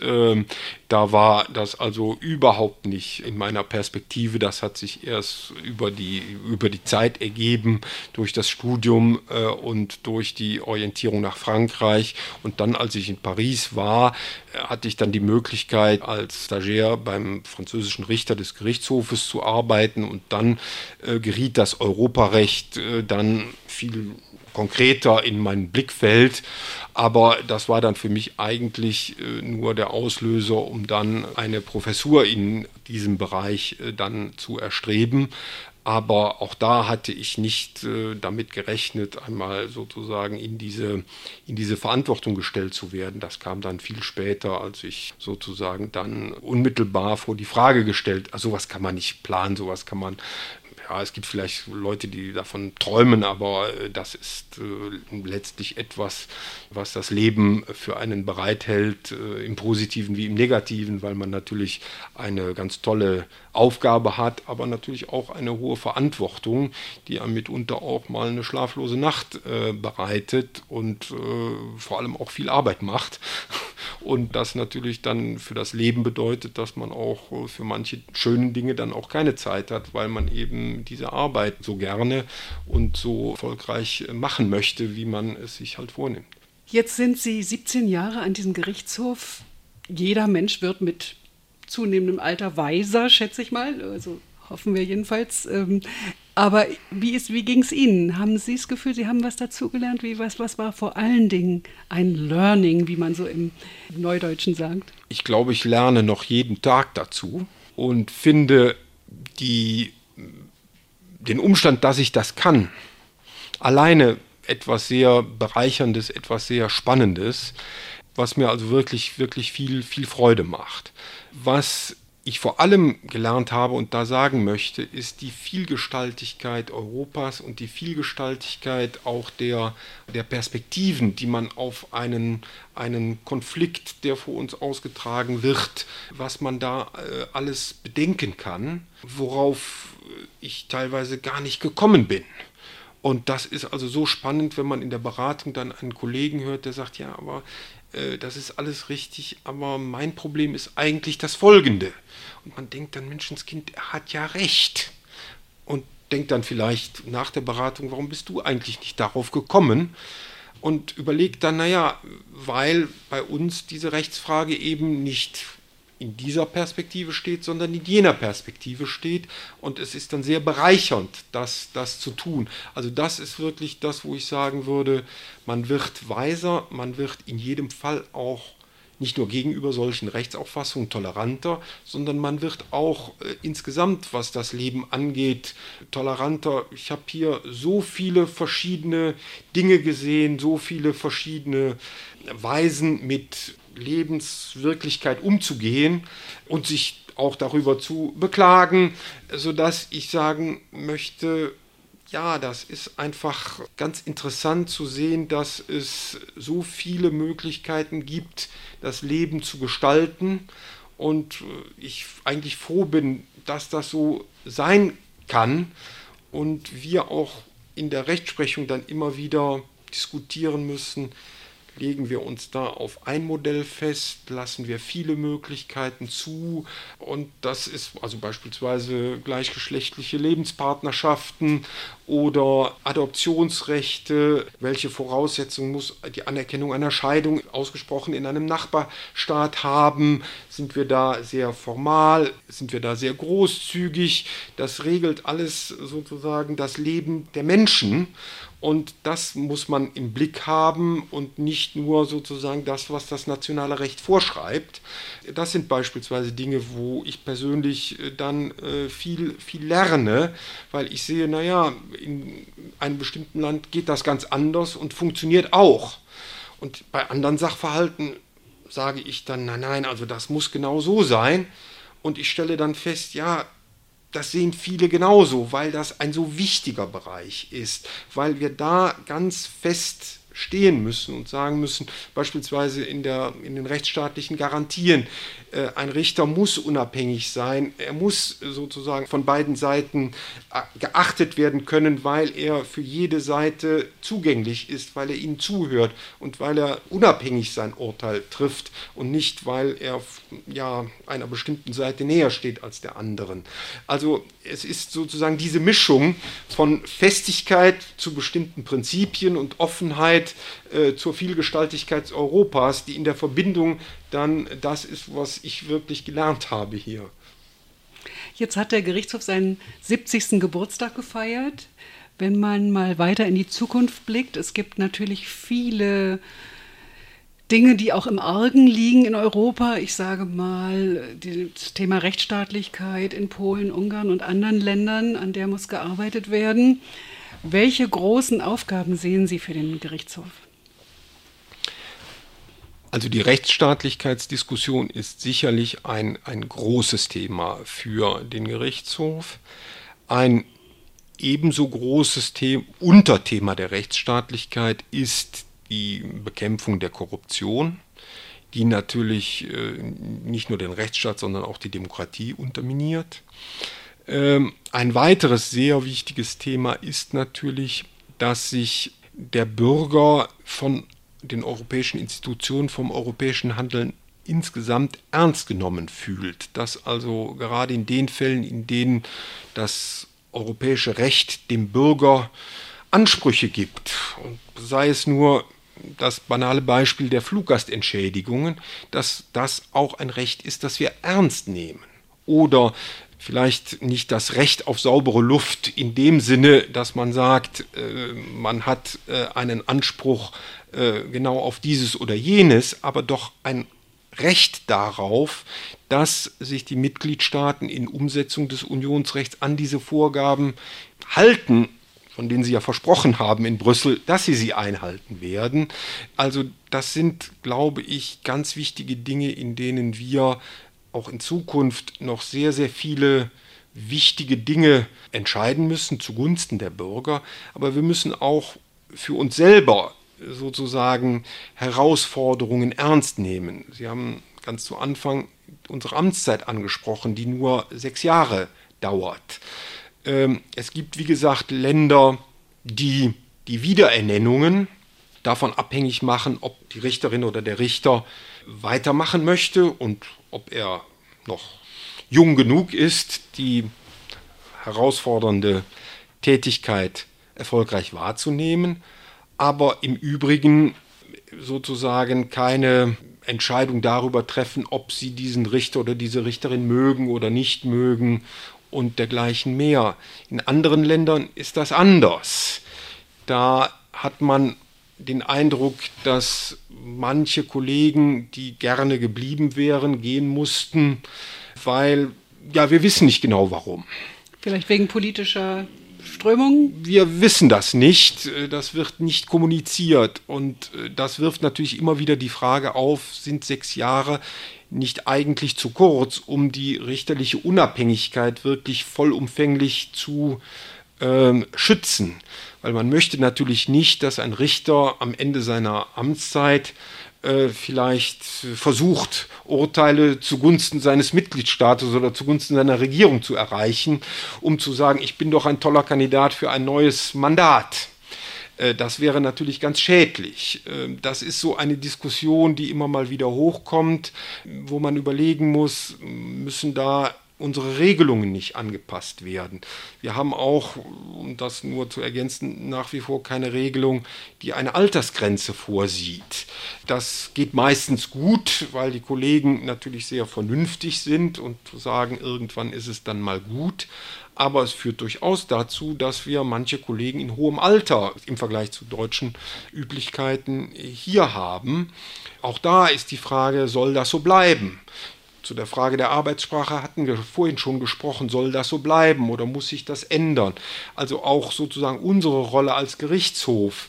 S2: da war das also überhaupt nicht in meiner Perspektive. Das hat sich erst über die Zeit ergeben, durch das Studium und durch die Orientierung nach Frankreich. Und dann, als ich in Paris war, hatte ich dann die Möglichkeit, als Stagiaire beim französischen Richter des Gerichtshofes zu arbeiten. Und dann geriet das Europarecht dann viel konkreter in mein Blickfeld, aber das war dann für mich eigentlich nur der Auslöser, um dann eine Professur in diesem Bereich dann zu erstreben. Aber auch da hatte ich nicht damit gerechnet, einmal sozusagen in diese Verantwortung gestellt zu werden. Das kam dann viel später, als ich sozusagen dann unmittelbar vor die Frage gestellt, also sowas kann man nicht planen, sowas kann man, ja, es gibt vielleicht Leute, die davon träumen, aber das ist letztlich etwas, was das Leben für einen bereithält, im Positiven wie im Negativen, weil man natürlich eine ganz tolle Aufgabe hat, aber natürlich auch eine hohe Verantwortung, die einem mitunter auch mal eine schlaflose Nacht bereitet und vor allem auch viel Arbeit macht. Und das natürlich dann für das Leben bedeutet, dass man auch für manche schönen Dinge dann auch keine Zeit hat, weil man eben diese Arbeit so gerne und so erfolgreich machen möchte, wie man es sich halt vornimmt.
S1: Jetzt sind Sie 17 Jahre an diesem Gerichtshof. Jeder Mensch wird mit zunehmendem Alter weiser, schätze ich mal. Also hoffen wir jedenfalls. Aber wie ging es Ihnen? Haben Sie das Gefühl, Sie haben was dazugelernt? Was war vor allen Dingen ein Learning, wie man so im Neudeutschen sagt?
S2: Ich glaube, ich lerne noch jeden Tag dazu und finde den Umstand, dass ich das kann, alleine etwas sehr Bereicherndes, etwas sehr Spannendes, was mir also wirklich, wirklich viel, viel Freude macht. Was ich vor allem gelernt habe und da sagen möchte, ist die Vielgestaltigkeit Europas und die Vielgestaltigkeit auch der Perspektiven, die man auf einen Konflikt, der vor uns ausgetragen wird, was man da alles bedenken kann, worauf ich teilweise gar nicht gekommen bin. Und das ist also so spannend, wenn man in der Beratung dann einen Kollegen hört, der sagt, ja, aber das ist alles richtig, aber mein Problem ist eigentlich das Folgende. Und man denkt dann, Menschenskind, er hat ja recht. Und denkt dann vielleicht nach der Beratung, warum bist du eigentlich nicht darauf gekommen? Und überlegt dann, naja, weil bei uns diese Rechtsfrage eben nicht in dieser Perspektive steht, sondern in jener Perspektive steht. Und es ist dann sehr bereichernd, das zu tun. Also das ist wirklich das, wo ich sagen würde, man wird weiser, man wird in jedem Fall auch nicht nur gegenüber solchen Rechtsauffassungen toleranter, sondern man wird auch insgesamt, was das Leben angeht, toleranter. Ich habe hier so viele verschiedene Dinge gesehen, so viele verschiedene Weisen mit Lebenswirklichkeit umzugehen und sich auch darüber zu beklagen, sodass ich sagen möchte, ja, das ist einfach ganz interessant zu sehen, dass es so viele Möglichkeiten gibt, das Leben zu gestalten und ich eigentlich froh bin, dass das so sein kann und wir auch in der Rechtsprechung dann immer wieder diskutieren müssen, legen wir uns da auf ein Modell fest, lassen wir viele Möglichkeiten zu und das ist also beispielsweise gleichgeschlechtliche Lebenspartnerschaften oder Adoptionsrechte, welche Voraussetzungen muss die Anerkennung einer Scheidung ausgesprochen in einem Nachbarstaat haben, sind wir da sehr formal, sind wir da sehr großzügig, das regelt alles sozusagen das Leben der Menschen. Und das muss man im Blick haben und nicht nur sozusagen das, was das nationale Recht vorschreibt. Das sind beispielsweise Dinge, wo ich persönlich dann viel lerne, weil ich sehe, naja, in einem bestimmten Land geht das ganz anders und funktioniert auch. Und bei anderen Sachverhalten sage ich dann, nein, also das muss genau so sein. Und ich stelle dann fest, ja, das sehen viele genauso, weil das ein so wichtiger Bereich ist, weil wir da ganz fest stehen müssen und sagen müssen, beispielsweise in den rechtsstaatlichen Garantien, ein Richter muss unabhängig sein, er muss sozusagen von beiden Seiten geachtet werden können, weil er für jede Seite zugänglich ist, weil er ihnen zuhört und weil er unabhängig sein Urteil trifft und nicht, weil er ja einer bestimmten Seite näher steht als der anderen. Also es ist sozusagen diese Mischung von Festigkeit zu bestimmten Prinzipien und Offenheit zur Vielgestaltigkeit Europas, die in der Verbindung dann das ist, was ich wirklich gelernt habe hier.
S1: Jetzt hat der Gerichtshof seinen 70. Geburtstag gefeiert. Wenn man mal weiter in die Zukunft blickt, es gibt natürlich viele Dinge, die auch im Argen liegen in Europa. Ich sage mal, das Thema Rechtsstaatlichkeit in Polen, Ungarn und anderen Ländern, an der muss gearbeitet werden. Welche großen Aufgaben sehen Sie für den Gerichtshof?
S2: Also die Rechtsstaatlichkeitsdiskussion ist sicherlich ein großes Thema für den Gerichtshof. Ein ebenso großes Unterthema der Rechtsstaatlichkeit ist die Bekämpfung der Korruption, die natürlich nicht nur den Rechtsstaat, sondern auch die Demokratie unterminiert. Ein weiteres sehr wichtiges Thema ist natürlich, dass sich der Bürger von den europäischen Institutionen, vom europäischen Handeln insgesamt ernst genommen fühlt. Dass also gerade in den Fällen, in denen das europäische Recht dem Bürger Ansprüche gibt, und sei es nur das banale Beispiel der Fluggastentschädigungen, dass das auch ein Recht ist, das wir ernst nehmen. Oder vielleicht nicht das Recht auf saubere Luft in dem Sinne, dass man sagt, man hat einen Anspruch genau auf dieses oder jenes, aber doch ein Recht darauf, dass sich die Mitgliedstaaten in Umsetzung des Unionsrechts an diese Vorgaben halten, von denen sie ja versprochen haben in Brüssel, dass sie einhalten werden. Also das sind, glaube ich, ganz wichtige Dinge, in denen wir auch in Zukunft noch sehr, sehr viele wichtige Dinge entscheiden müssen zugunsten der Bürger. Aber wir müssen auch für uns selber sozusagen Herausforderungen ernst nehmen. Sie haben ganz zu Anfang unsere Amtszeit angesprochen, die nur 6 Jahre dauert. Es gibt, wie gesagt, Länder, die die Wiederernennungen davon abhängig machen, ob die Richterin oder der Richter weitermachen möchte und ob er noch jung genug ist, die herausfordernde Tätigkeit erfolgreich wahrzunehmen, aber im Übrigen sozusagen keine Entscheidung darüber treffen, ob sie diesen Richter oder diese Richterin mögen oder nicht mögen und dergleichen mehr. In anderen Ländern ist das anders. Da hat man den Eindruck, dass manche Kollegen, die gerne geblieben wären, gehen mussten, weil, ja, wir wissen nicht genau warum.
S1: Vielleicht wegen politischer Strömungen?
S2: Wir wissen das nicht, das wird nicht kommuniziert und das wirft natürlich immer wieder die Frage auf, sind 6 Jahre nicht eigentlich zu kurz, um die richterliche Unabhängigkeit wirklich vollumfänglich zu schützen? Weil man möchte natürlich nicht, dass ein Richter am Ende seiner Amtszeit vielleicht versucht, Urteile zugunsten seines Mitgliedstaates oder zugunsten seiner Regierung zu erreichen, um zu sagen, ich bin doch ein toller Kandidat für ein neues Mandat. Das wäre natürlich ganz schädlich. Das ist so eine Diskussion, die immer mal wieder hochkommt, wo man überlegen muss, müssen da unsere Regelungen nicht angepasst werden. Wir haben auch, um das nur zu ergänzen, nach wie vor keine Regelung, die eine Altersgrenze vorsieht. Das geht meistens gut, weil die Kollegen natürlich sehr vernünftig sind und sagen, irgendwann ist es dann mal gut. Aber es führt durchaus dazu, dass wir manche Kollegen in hohem Alter im Vergleich zu deutschen Üblichkeiten hier haben. Auch da ist die Frage, soll das so bleiben? Zu der Frage der Arbeitssprache hatten wir vorhin schon gesprochen, soll das so bleiben oder muss sich das ändern? Also auch sozusagen unsere Rolle als Gerichtshof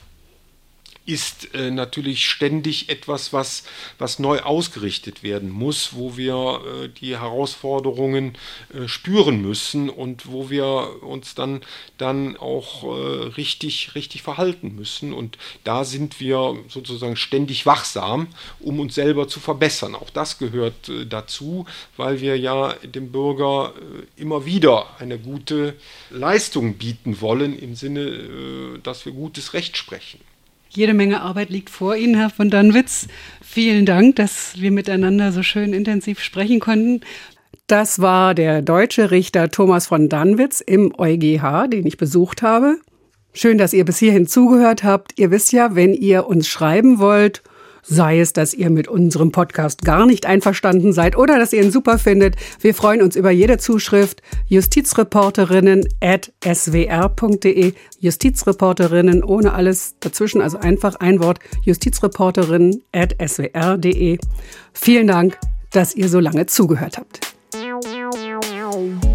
S2: ist natürlich ständig etwas, was neu ausgerichtet werden muss, wo wir die Herausforderungen spüren müssen und wo wir uns dann auch richtig verhalten müssen. Und da sind wir sozusagen ständig wachsam, um uns selber zu verbessern. Auch das gehört dazu, weil wir ja dem Bürger immer wieder eine gute Leistung bieten wollen, im Sinne, dass wir gutes Recht sprechen.
S1: Jede Menge Arbeit liegt vor Ihnen, Herr von Danwitz. Vielen Dank, dass wir miteinander so schön intensiv sprechen konnten. Das war der deutsche Richter Thomas von Danwitz im EuGH, den ich besucht habe. Schön, dass ihr bis hierhin zugehört habt. Ihr wisst ja, wenn ihr uns schreiben wollt, sei es, dass ihr mit unserem Podcast gar nicht einverstanden seid oder dass ihr ihn super findet. Wir freuen uns über jede Zuschrift. justizreporterinnen@swr.de. Justizreporterinnen ohne alles dazwischen, also einfach ein Wort. justizreporterinnen@swr.de. Vielen Dank, dass ihr so lange zugehört habt.